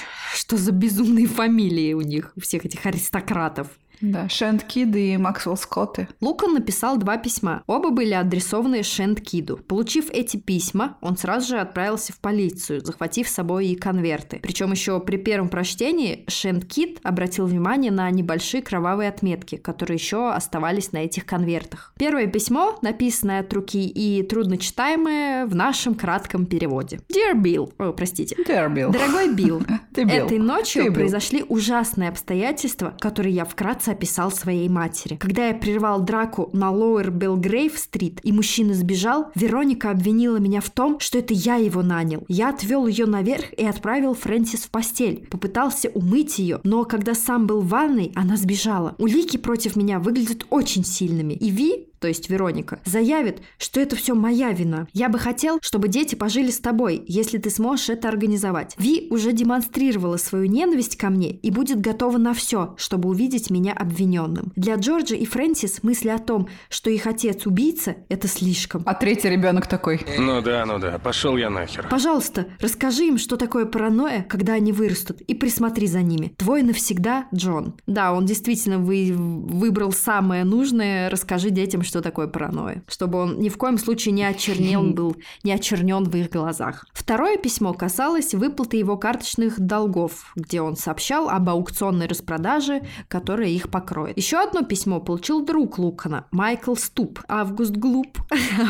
что за безумные фамилии у них, у всех этих аристократов, Да, Шент Кид и Максвелл Скотты. Лукан написал 2 письма. Оба были адресованы Шент Киду. Получив эти письма, он сразу же отправился в полицию, захватив с собой и конверты. Причем еще при первом прочтении Шент Кид обратил внимание на небольшие кровавые отметки, которые еще оставались на этих конвертах. Первое письмо, написанное от руки и трудночитаемое в нашем кратком переводе. Dear Bill. Dear Bill. Дорогой Билл. Этой ночью произошли ужасные обстоятельства, которые я вкратце описал своей матери. Когда я прервал драку на Lower Belgrave-стрит и мужчина сбежал, Вероника обвинила меня в том, что это я его нанял. Я отвел ее наверх и отправил Фрэнсис в постель. Попытался умыть ее, но когда сам был в ванной, она сбежала. Улики против меня выглядят очень сильными. И Ви, то есть Вероника, заявит, что это все моя вина. Я бы хотел, чтобы дети пожили с тобой, если ты сможешь это организовать. Ви уже демонстрировала свою ненависть ко мне и будет готова на все, чтобы увидеть меня обвиненным. Для Джорджа и Фрэнсис мысли о том, что их отец убийца, это слишком. А третий ребенок такой: Ну да, пошел я нахер. Пожалуйста, расскажи им, что такое паранойя, когда они вырастут, и присмотри за ними. Твой навсегда, Джон. Да, он действительно выбрал самое нужное. Расскажи детям, что такое паранойя, чтобы он ни в коем случае не очернен в их глазах. Второе письмо касалось выплаты его карточных долгов, где он сообщал об аукционной распродаже, которая их покроет. Еще одно письмо получил друг Лукана, Майкл Ступ. Август Глуп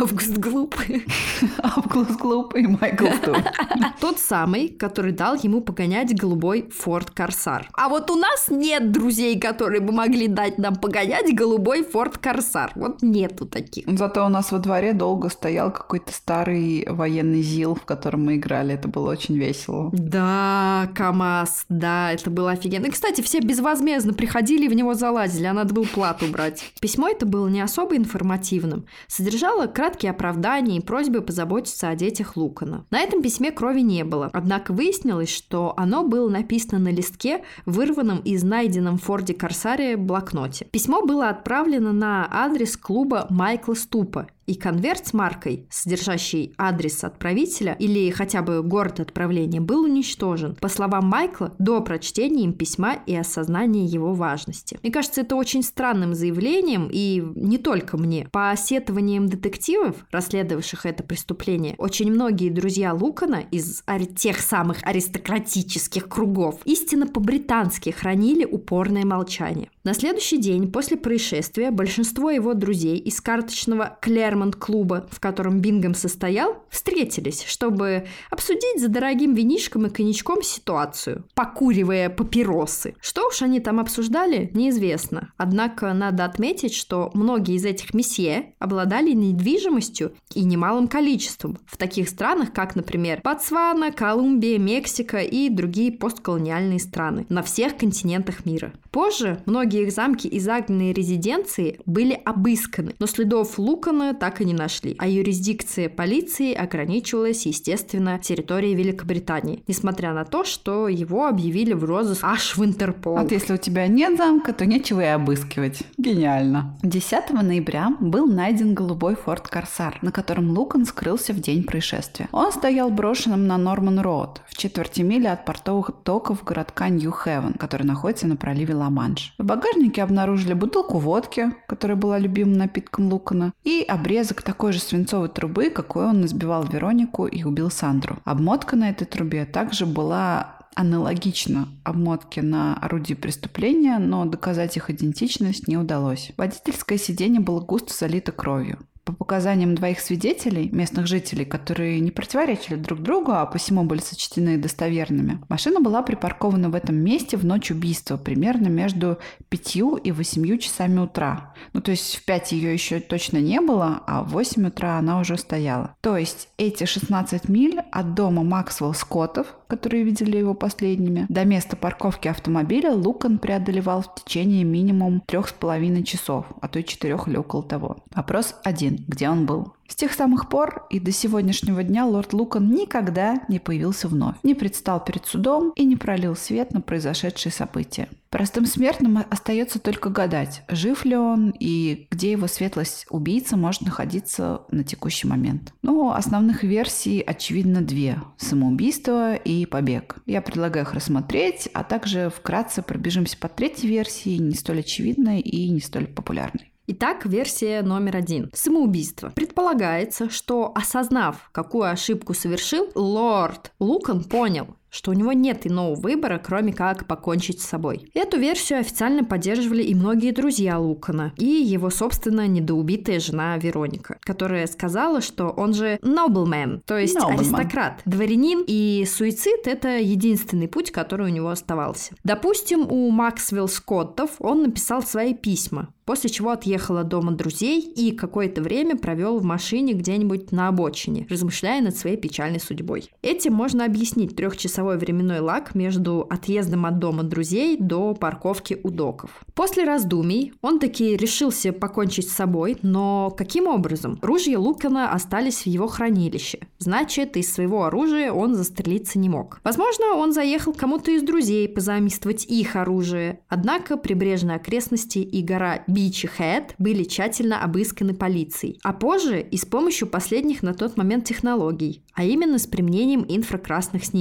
и Майкл Ступ. Тот самый, который дал ему погонять голубой Форд Корсар. А вот у нас нет друзей, которые бы могли дать нам погонять голубой Форд Корсар. Вот нету таких. Зато у нас во дворе долго стоял какой-то старый военный ЗИЛ, в котором мы играли. Это было очень весело. Да, КамАЗ, да, это было офигенно. И, кстати, все безвозмездно приходили и в него залазили, а надо было плату брать. Письмо это было не особо информативным. Содержало краткие оправдания и просьбы позаботиться о детях Лукана. На этом письме крови не было. Однако выяснилось, что оно было написано на листке, вырванном из найденном в Форде Корсаре блокноте. Письмо было отправлено на адрес клуба Майкла Ступа, и конверт с маркой, содержащий адрес отправителя или хотя бы город отправления, был уничтожен. По словам Майкла, до прочтения им письма и осознания его важности. Мне кажется, это очень странным заявлением, и не только мне. По сетованиям детективов, расследовавших это преступление, очень многие друзья Лукана из тех самых аристократических кругов истинно по-британски хранили упорное молчание. На следующий день после происшествия большинство его друзей из карточного Клермонт-клуба, в котором Бингем состоял, встретились, чтобы обсудить за дорогим винишком и коньячком ситуацию, покуривая папиросы. Что уж они там обсуждали, неизвестно. Однако надо отметить, что многие из этих месье обладали недвижимостью и немалым количеством в таких странах, как, например, Ботсвана, Колумбия, Мексика и другие постколониальные страны на всех континентах мира. Позже многие их замки и загнанные резиденции были обысканы, но следов Лукана так и не нашли, а юрисдикция полиции ограничивалась, естественно, территорией Великобритании, несмотря на то, что его объявили в розыск аж в Интерпол. Вот если у тебя нет замка, то нечего и обыскивать. Гениально. 10 ноября был найден голубой Форд Корсар, на котором Лукан скрылся в день происшествия. Он стоял брошенным на Норман-Роуд, в четверти мили от портовых доков городка Нью-Хевен, который находится на проливе Ла-Манш. В багажнике обнаружили бутылку водки, которая была любимым напитком Лукана, и обрезок такой же свинцовой трубы, какой он избивал Веронику и убил Сандру. Обмотка на этой трубе также была аналогична обмотке на орудии преступления, но доказать их идентичность не удалось. Водительское сиденье было густо залито кровью. По показаниям двоих свидетелей, местных жителей, которые не противоречили друг другу, а посему были сочтены достоверными, машина была припаркована в этом месте в ночь убийства, примерно между 5 и 8 часами утра. То есть в 5 ее еще точно не было, а в 8 утра она уже стояла. То есть эти 16 миль от дома Максвелл Скоттов, которые видели его последними, до места парковки автомобиля Лукан преодолевал в течение минимум 3,5 часов, а то и 4 или около того. Вопрос 1. Где он был? С тех самых пор и до сегодняшнего дня лорд Лукан никогда не появился вновь, не предстал перед судом и не пролил свет на произошедшие события. Простым смертным остается только гадать, жив ли он и где его светлость убийца может находиться на текущий момент. Основных версий, очевидно, 2 – самоубийство и побег. Я предлагаю их рассмотреть, а также вкратце пробежимся по 3-й версии, не столь очевидной и не столь популярной. Итак, версия номер 1. Самоубийство. Предполагается, что, осознав, какую ошибку совершил, лорд Лукан понял, что у него нет иного выбора, кроме как покончить с собой. Эту версию официально поддерживали и многие друзья Лукана, и его, собственно, недоубитая жена Вероника, которая сказала, что он же nobleman, то есть аристократ, дворянин, и суицид – это единственный путь, который у него оставался. Допустим, у Максвелл Скоттов он написал свои письма, после чего отъехал от дома друзей и какое-то время провел в машине где-нибудь на обочине, размышляя над своей печальной судьбой. Этим можно объяснить 3-часовой временной лаг между отъездом от дома друзей до парковки у доков. После раздумий он таки решился покончить с собой, но каким образом? Ружья Лукана остались в его хранилище. Значит, из своего оружия он застрелиться не мог. Возможно, он заехал к кому-то из друзей позаимствовать их оружие. Однако прибрежные окрестности и гора Бичи-Хэт были тщательно обысканы полицией, а позже и с помощью последних на тот момент технологий, а именно с применением инфракрасных снимков. Однако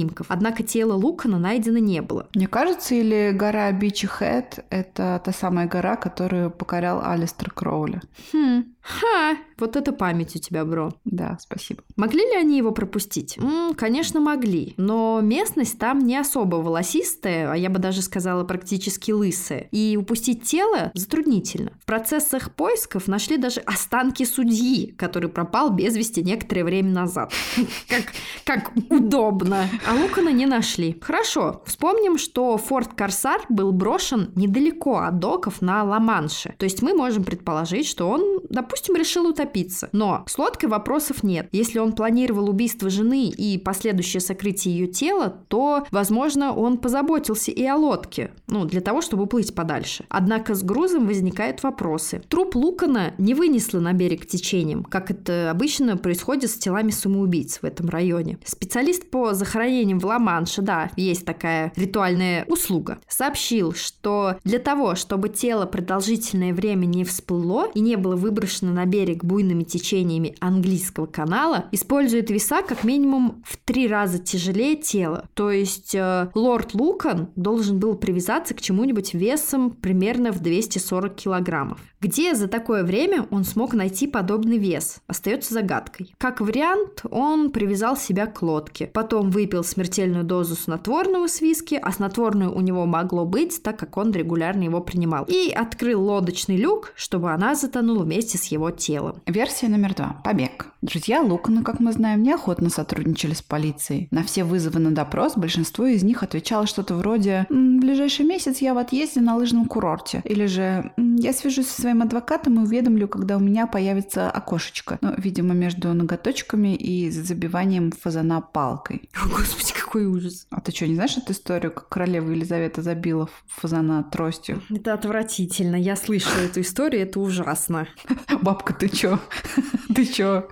однако тело Лукана найдено не было. Мне кажется, или гора Бичи Хэт — это та самая гора, которую покорял Алистер Кроули. Вот это память у тебя, бро. Да, спасибо. Могли ли они его пропустить? Конечно, могли. Но местность там не особо волосистая, а я бы даже сказала практически лысая. И упустить тело затруднительно. В процессах поисков нашли даже останки судьи, который пропал без вести некоторое время назад. Как удобно. А Лукана не нашли. Хорошо. Вспомним, что форт Корсар был брошен недалеко от доков на Ла-Манше. То есть мы можем предположить, что он, допустим, решил утопиться. Но с лодкой вопросов нет. Если он планировал убийство жены и последующее сокрытие ее тела, то, возможно, он позаботился и о лодке. Для того, чтобы уплыть подальше. Однако с грузом возникают вопросы. Труп Лукана не вынесло на берег течением, как это обычно происходит с телами самоубийц в этом районе. Специалист по захоронениям в Ла-Манше, да, есть такая ритуальная услуга, сообщил, что для того, чтобы тело продолжительное время не всплыло и не было выброшено на берег буйными течениями английского канала, использует веса как минимум в 3 раза тяжелее тела. То есть лорд Лукан должен был привязаться к чему-нибудь весом примерно в 240 килограммов. Где за такое время он смог найти подобный вес, остается загадкой. Как вариант, он привязал себя к лодке, потом выпил смертельную дозу снотворного с виски, а снотворное у него могло быть, так как он регулярно его принимал, и открыл лодочный люк, чтобы она затонула вместе с его телом. Версия номер 2. Побег. Друзья Лукана, как мы знаем, неохотно сотрудничали с полицией. На все вызовы на допрос большинство из них отвечало что-то вроде «В ближайший месяц я в отъезде на лыжном курорте», или же «Я свяжусь со своим адвокатом и уведомлю, когда у меня появится окошечко». Видимо, между ноготочками и забиванием фазана палкой. О, Господи, какой ужас. А ты что, не знаешь эту историю, как королева Елизавета забила фазана тростью? Это отвратительно. Я слышала эту историю, это ужасно. Бабка, ты чё? Ты чё?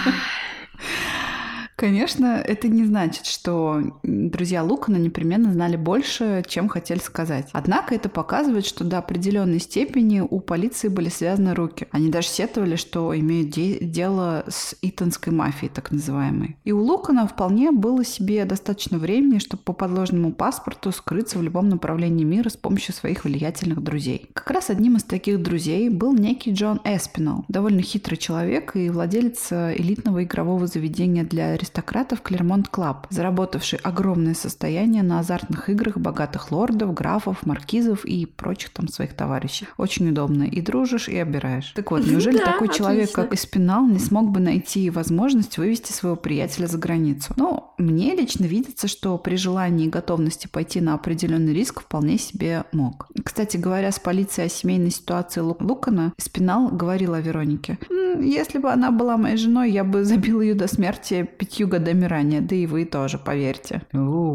Конечно, это не значит, что друзья Лукана непременно знали больше, чем хотели сказать. Однако это показывает, что до определенной степени у полиции были связаны руки. Они даже сетовали, что имеют дело с итонской мафией, так называемой. И у Лукана вполне было себе достаточно времени, чтобы по подложному паспорту скрыться в любом направлении мира с помощью своих влиятельных друзей. Как раз одним из таких друзей был некий Джон Эспинал, довольно хитрый человек и владелец элитного игрового заведения для аристократов Клермонт Клаб, заработавший огромное состояние на азартных играх богатых лордов, графов, маркизов и прочих там своих товарищей. Очень удобно. И дружишь, и обираешь. Так вот, неужели такой человек, как Эспинал, не смог бы найти возможность вывести своего приятеля за границу? Мне лично видится, что при желании и готовности пойти на определенный риск вполне себе мог. Кстати говоря, с полицией о семейной ситуации Лукана, Эспинал говорил о Веронике. Если бы она была моей женой, я бы забил ее до смерти 5 годами ранее, да и вы тоже, поверьте.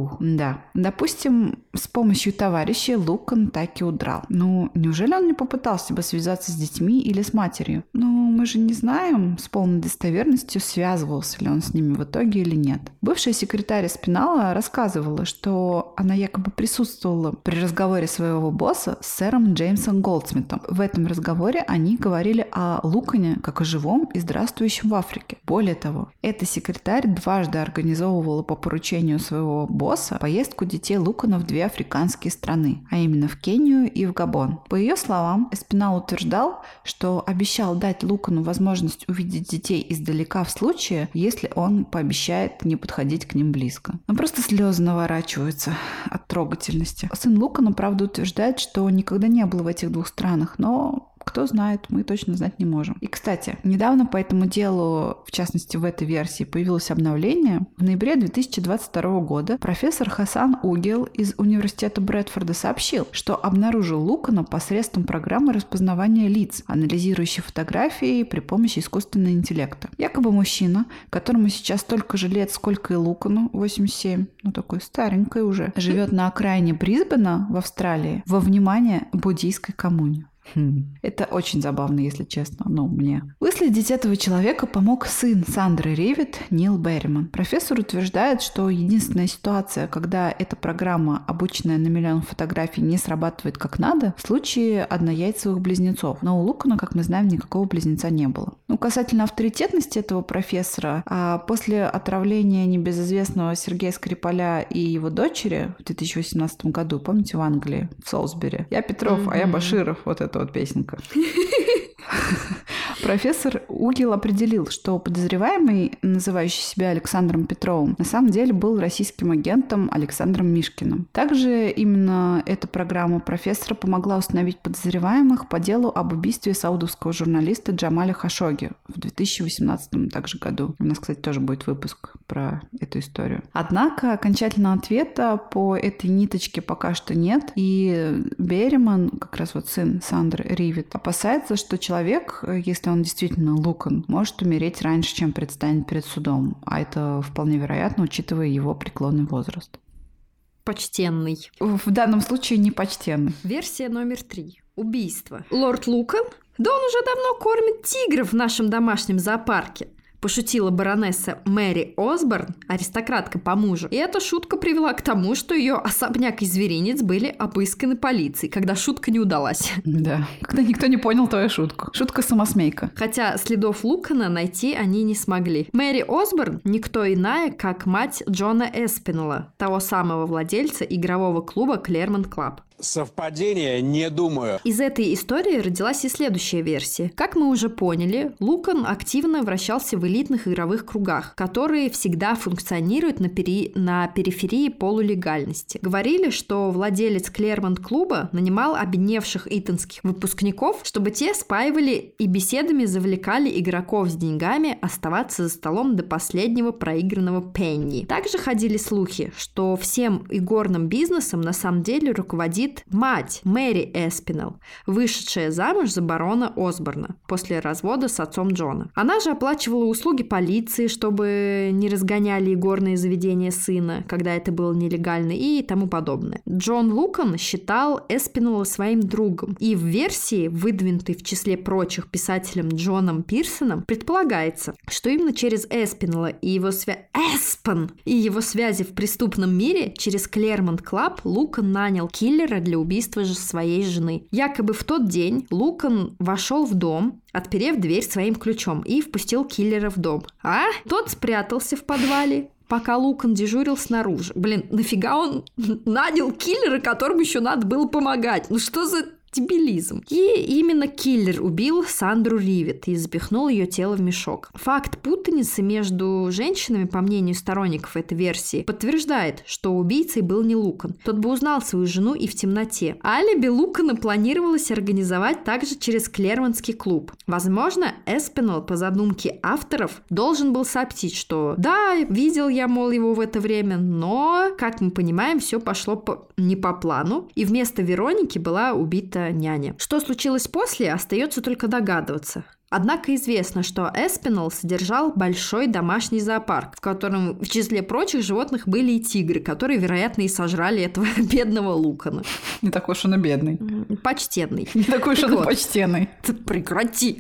Да. Допустим, с помощью товарищей Лукан так и удрал. Неужели он не попытался бы связаться с детьми или с матерью? Мы же не знаем с полной достоверностью, связывался ли он с ними в итоге или нет. Бывшая секретарь Эспинала рассказывала, что она якобы присутствовала при разговоре своего босса с сэром Джеймсом Голдсмитом. В этом разговоре они говорили о Лукане как о живом и здравствующем в Африке. Более того, эта секретарь дважды организовывала по поручению своего босса поездку детей Лукана в 2 африканские страны, а именно в Кению и в Габон. По ее словам, Эспинал утверждал, что обещал дать Лукану возможность увидеть детей издалека в случае, если он пообещает не подходить к ним близко. Просто слезы наворачиваются от трогательности. Сын Лукана, правда, утверждает, что никогда не был в этих 2 странах, но кто знает, мы точно знать не можем. И, кстати, недавно по этому делу, в частности в этой версии, появилось обновление. В ноябре 2022 года профессор Хасан Угел из университета Брэдфорда сообщил, что обнаружил Лукана посредством программы распознавания лиц, анализирующей фотографии при помощи искусственного интеллекта. Якобы мужчина, которому сейчас столько же лет, сколько и Лукану, 87, такой старенький уже, живет на окраине Брисбена в Австралии во, внимание, буддийской коммуне. Это очень забавно, если честно, мне. Выследить этого человека помог сын Сандры Ривет, Нил Берриман. Профессор утверждает, что единственная ситуация, когда эта программа, обученная на миллион фотографий, не срабатывает как надо, в случае однояйцевых близнецов. Но у Лукана, как мы знаем, никакого близнеца не было. Касательно авторитетности этого профессора, после отравления небезызвестного Сергея Скрипаля и его дочери в 2018 году, помните, в Англии, в Солсбери? «Я Петров, а я Баширов», вот эта вот песенка. Профессор Угел определил, что подозреваемый, называющий себя Александром Петровым, на самом деле был российским агентом Александром Мишкиным. Также именно эта программа профессора помогла установить подозреваемых по делу об убийстве саудовского журналиста Джамаля Хашоги в 2018 также году. У нас, кстати, тоже будет выпуск про эту историю. Однако окончательного ответа по этой ниточке пока что нет, и Берриман, как раз вот сын Сандры Ривит, опасается, что человек, если он действительно Лукан, может умереть раньше, чем предстанет перед судом. А это вполне вероятно, учитывая его преклонный возраст. Почтенный. В данном случае не почтенный. Версия номер 3. Убийство. Лорд Лукан? Да он уже давно кормит тигров в нашем домашнем зоопарке. Пошутила баронесса Мэри Осборн, аристократка по мужу. И эта шутка привела к тому, что ее особняк и зверинец были обысканы полицией, когда шутка не удалась. Да, когда никто не понял твою шутку. Шутка-самосмейка. Хотя следов Лукана найти они не смогли. Мэри Осборн – никто иная, как мать Джона Эспинелла, того самого владельца игрового клуба Клэрмонт Клаб. Совпадение? Не думаю. Из этой истории родилась и следующая версия. Как мы уже поняли, Лукан активно вращался в элитных игровых кругах, которые всегда функционируют на периферии полулегальности. Говорили, что владелец Клэрмонт-клуба нанимал обедневших итонских выпускников, чтобы те спаивали и беседами завлекали игроков с деньгами оставаться за столом до последнего проигранного пенни. Также ходили слухи, что всем игорным бизнесом на самом деле руководит мать Мэри Эспинелл, вышедшая замуж за барона Осборна после развода с отцом Джона. Она же оплачивала услуги полиции, чтобы не разгоняли игорные заведения сына, когда это было нелегально, и тому подобное. Джон Лукан считал Эспинелла своим другом, и в версии, выдвинутой в числе прочих писателем Джоном Пирсоном, предполагается, что именно через Эспинелла и его связи в преступном мире через Клэрмонт Клаб Лукан нанял киллера для убийства своей жены. Якобы в тот день Лукан вошел в дом, отперев дверь своим ключом, и впустил киллера в дом. Тот спрятался в подвале, пока Лукан дежурил снаружи. Нафига он нанял киллера, которому еще надо было помогать? Что за дебилизм? И именно киллер убил Сандру Ривит и запихнул ее тело в мешок. Факт путаницы между женщинами, по мнению сторонников этой версии, подтверждает, что убийцей был не Лукан. Тот бы узнал свою жену и в темноте. Алиби Лукана планировалось организовать также через Клэрмонтский клуб. Возможно, Эспинелл по задумке авторов должен был сообщить, что да, видел я, мол, его в это время, но, как мы понимаем, все пошло не по плану, и вместо Вероники была убита няня. Что случилось после, остается только догадываться. Однако известно, что Эспинелл содержал большой домашний зоопарк, в котором в числе прочих животных были и тигры, которые, вероятно, и сожрали этого бедного Лукана. Не такой уж он и бедный. Почтенный. Не такой уж он и почтенный. Прекрати.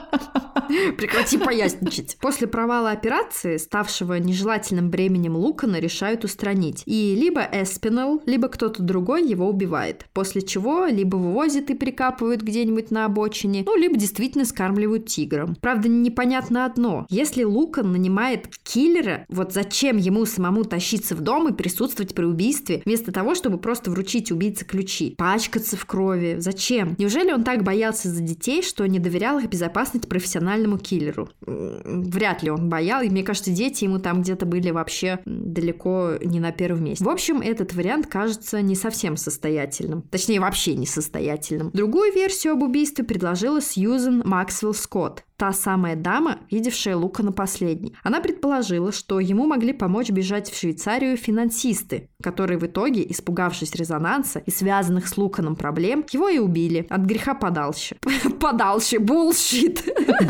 Прекрати поясничать. После провала операции, ставшего нежелательным бременем Лукана, решают устранить. И либо Эспинелл, либо кто-то другой его убивает. После чего либо вывозят и прикапывают где-нибудь на обочине, либо действительно скармливают тиграм. Правда, непонятно одно. Если Лукан нанимает киллера, вот зачем ему самому тащиться в дом и присутствовать при убийстве, вместо того, чтобы просто вручить убийце ключи? Пачкаться в крови? Зачем? Неужели он так боялся за детей, что не доверял их безопасности профессиональному киллеру? Вряд ли он боялся, и мне кажется, дети ему там где-то были вообще далеко не на первом месте. В общем, этот вариант кажется не совсем состоятельным. Точнее, вообще несостоятельным. Другую версию об убийстве предложила Сьюзен Максвелл Скотт, та самая дама, видевшая Лукана последней. Она предположила, что ему могли помочь бежать в Швейцарию финансисты, которые в итоге, испугавшись резонанса и связанных с Луканом проблем, его и убили. От греха подальше. Подальше. Булшит.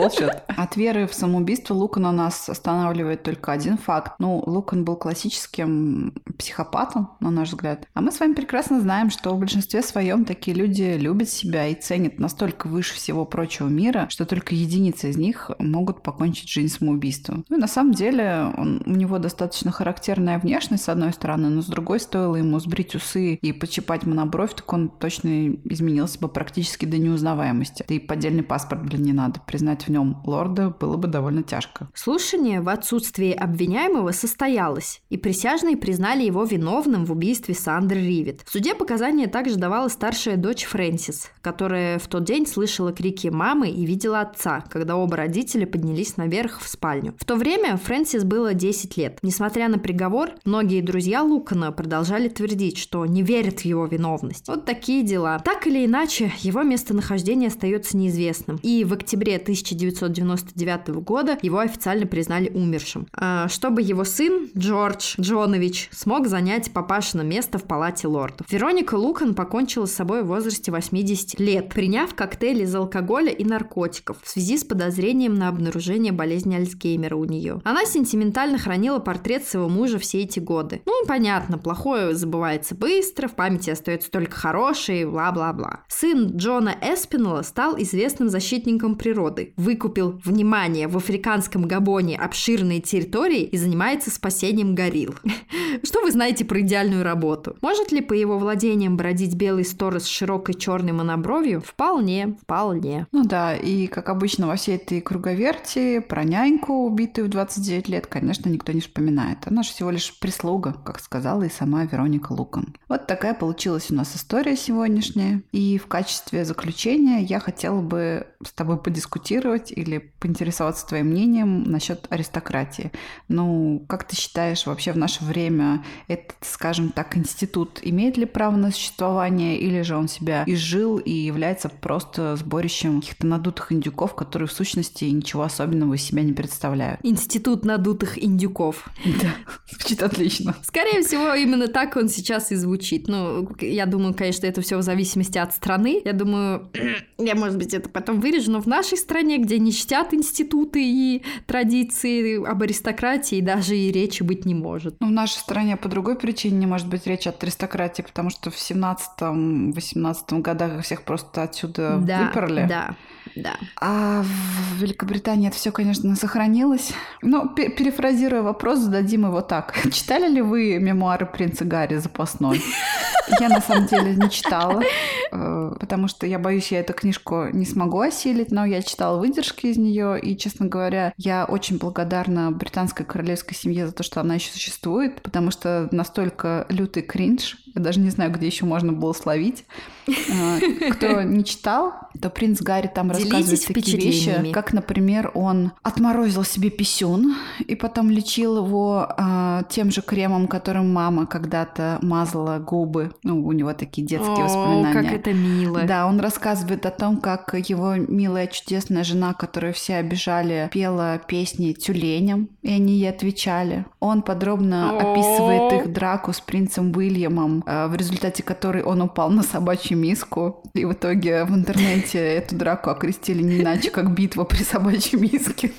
От веры в самоубийство Лукана нас останавливает только один факт. Лукан был классическим психопатом, на наш взгляд. А мы с вами прекрасно знаем, что в большинстве своем такие люди любят себя и ценят настолько выше всего прочего мира, что только единицы единицы из них могут покончить жизнь самоубийством. Ну и на самом деле у него достаточно характерная внешность, с одной стороны, но с другой, стоило ему сбрить усы и почипать монобровь, так он точно изменился бы практически до неузнаваемости. Да и поддельный паспорт, не надо. Признать в нем лорда было бы довольно тяжко. Слушание в отсутствии обвиняемого состоялось, и присяжные признали его виновным в убийстве Сандры Ривет. В суде показания также давала старшая дочь Фрэнсис, которая в тот день слышала крики мамы и видела отца, когда оба родителя поднялись наверх в спальню. В то время Фрэнсис было 10 лет. Несмотря на приговор, многие друзья Лукана продолжали твердить, что не верят в его виновность. Вот такие дела. Так или иначе, его местонахождение остается неизвестным. И в октябре 1999 года его официально признали умершим. Чтобы его сын, Джордж Джонович, смог занять папашино место в палате лордов. Вероника Лукан покончила с собой в возрасте 80 лет, приняв коктейль из алкоголя и наркотиков в связи с подозрением на обнаружение болезни Альцгеймера у нее. Она сентиментально хранила портрет своего мужа все эти годы. Ну, понятно, плохое забывается быстро, в памяти остается только хорошее, бла-бла-бла. Сын Джона Эспинелла стал известным защитником природы, выкупил, внимание, в африканском Габоне обширные территории и занимается спасением горилл. Что вы знаете про идеальную работу? Может ли по его владениям бродить белый сторож с широкой черной монобровью? Вполне. Ну да, и как обычно во всей этой круговерти про няньку, убитую в 29 лет, конечно, никто не вспоминает. Она же всего лишь прислуга, как сказала и сама Вероника Лукан. Вот такая получилась у нас история сегодняшняя. И в качестве заключения я хотела бы с тобой подискутировать или поинтересоваться твоим мнением насчет аристократии. Ну, как ты считаешь, вообще в наше время этот, скажем так, институт имеет ли право на существование, или же он себя изжил и является просто сборищем каких-то надутых индюков, которые в сущности ничего особенного из себя не представляют? Институт надутых индюков. Да, звучит отлично. Скорее всего, именно так он сейчас и звучит. Ну, я думаю, конечно, это все в зависимости от страны. Я думаю, я, может быть, это потом вырежу, но в нашей стране, где не чтят институты и традиции об аристократии, даже и речи быть не может. Ну, в нашей стране по другой причине не может быть речи от аристократии, потому что в 17-18 годах всех просто отсюда выперли. Да. А в Великобритании это все, конечно, сохранилось. Но, перефразируя вопрос, зададим его так. Читали ли вы мемуары принца Гарри запасной? Я, на самом деле, не читала, потому что я боюсь, я эту книжку не смогу осилить, но я читала выдержки из нее, и, честно говоря, я очень благодарна британской королевской семье за то, что она еще существует, потому что настолько лютый кринж, я даже не знаю, где еще можно было словить. Кто не читал, то принц Гарри там рассказывает такие вещи, как, например, он отморозил себе писюн и потом лечил его тем же кремом, которым мама когда-то мазала губы. Ну, у него такие детские воспоминания. О, как это мило. Да, он рассказывает о том, как его милая, чудесная жена, которую все обижали, пела песни тюленям, и они ей отвечали. Он подробно описывает их драку с принцем Уильямом, в результате которой он упал на собачью миску, и в итоге в интернете эту драку окрестили не иначе, как битва при собачьей миске.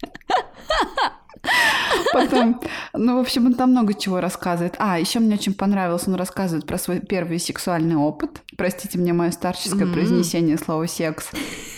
Потом, в общем, он там много чего рассказывает. Еще мне очень понравилось, он рассказывает про свой первый сексуальный опыт. Простите мне мое старческое произнесение слова «секс».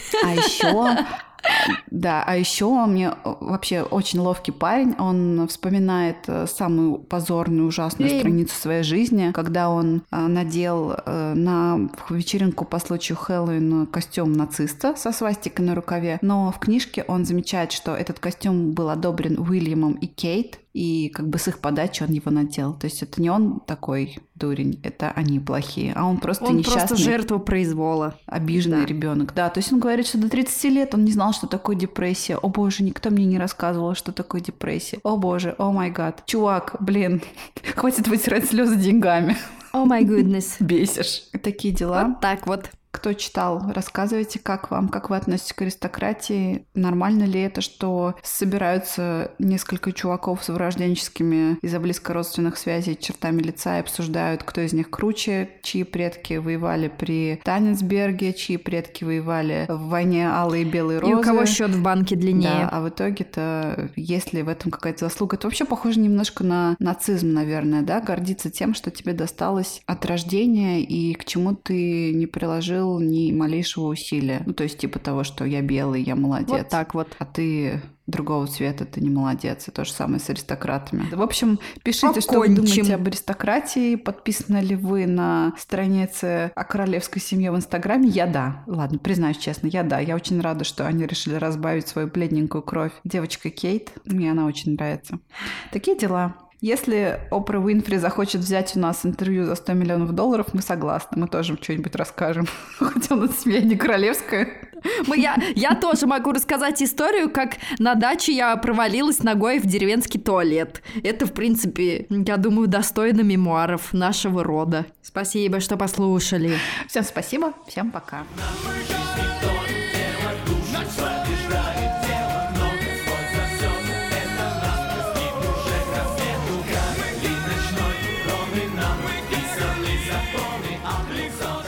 А еще он мне вообще очень ловкий парень. Он вспоминает самую позорную, ужасную страницу своей жизни, когда он надел на вечеринку по случаю Хэллоуина костюм нациста со свастикой на рукаве. Но в книжке он замечает, что этот костюм был одобрен Уильямом и Кейт, и как бы с их подачи он его надел. То есть это не он такой дурень, это они плохие, а он просто несчастный. Он просто жертва произвола. Обиженный ребенок. Да, то есть он говорит, что до 30 лет он не знал, что такое депрессия. О боже, никто мне не рассказывал, что такое депрессия. О боже, о май гад. Чувак, блин, хватит вытирать слезы деньгами. О май гуднес. Бесишь. Такие дела. Вот так вот. Кто читал, рассказывайте, как вы относитесь к аристократии. Нормально ли это, что собираются несколько чуваков с врожденческими из-за близкородственных связей чертами лица и обсуждают, кто из них круче, чьи предки воевали при Танисберге, чьи предки воевали в войне Алой и Белой Розы. И у кого счет в банке длиннее. Да, а в итоге-то, есть ли в этом какая-то заслуга? Это вообще похоже немножко на нацизм, наверное, да? Гордиться тем, что тебе досталось от рождения и к чему ты не приложил приложил ни малейшего усилия. Ну, то есть типа того, что я белый, я молодец. Вот так вот. А ты другого цвета, ты не молодец. И то же самое с аристократами. В общем, пишите, что вы думаете об аристократии. Подписаны ли вы на странице о королевской семье в Инстаграме? Я да. Ладно, признаюсь честно, я да. Я очень рада, что они решили разбавить свою бледненькую кровь девочкой Кейт. Мне она очень нравится. Такие дела. Если Опра Уинфри захочет взять у нас интервью за $100 миллионов, мы согласны. Мы тоже что-нибудь расскажем. Хотя у нас семья не королевская. Я тоже могу рассказать историю, как на даче я провалилась ногой в деревенский туалет. Это, в принципе, я думаю, достойно мемуаров нашего рода. Спасибо, что послушали. Всем спасибо, всем пока. Законы, а лицо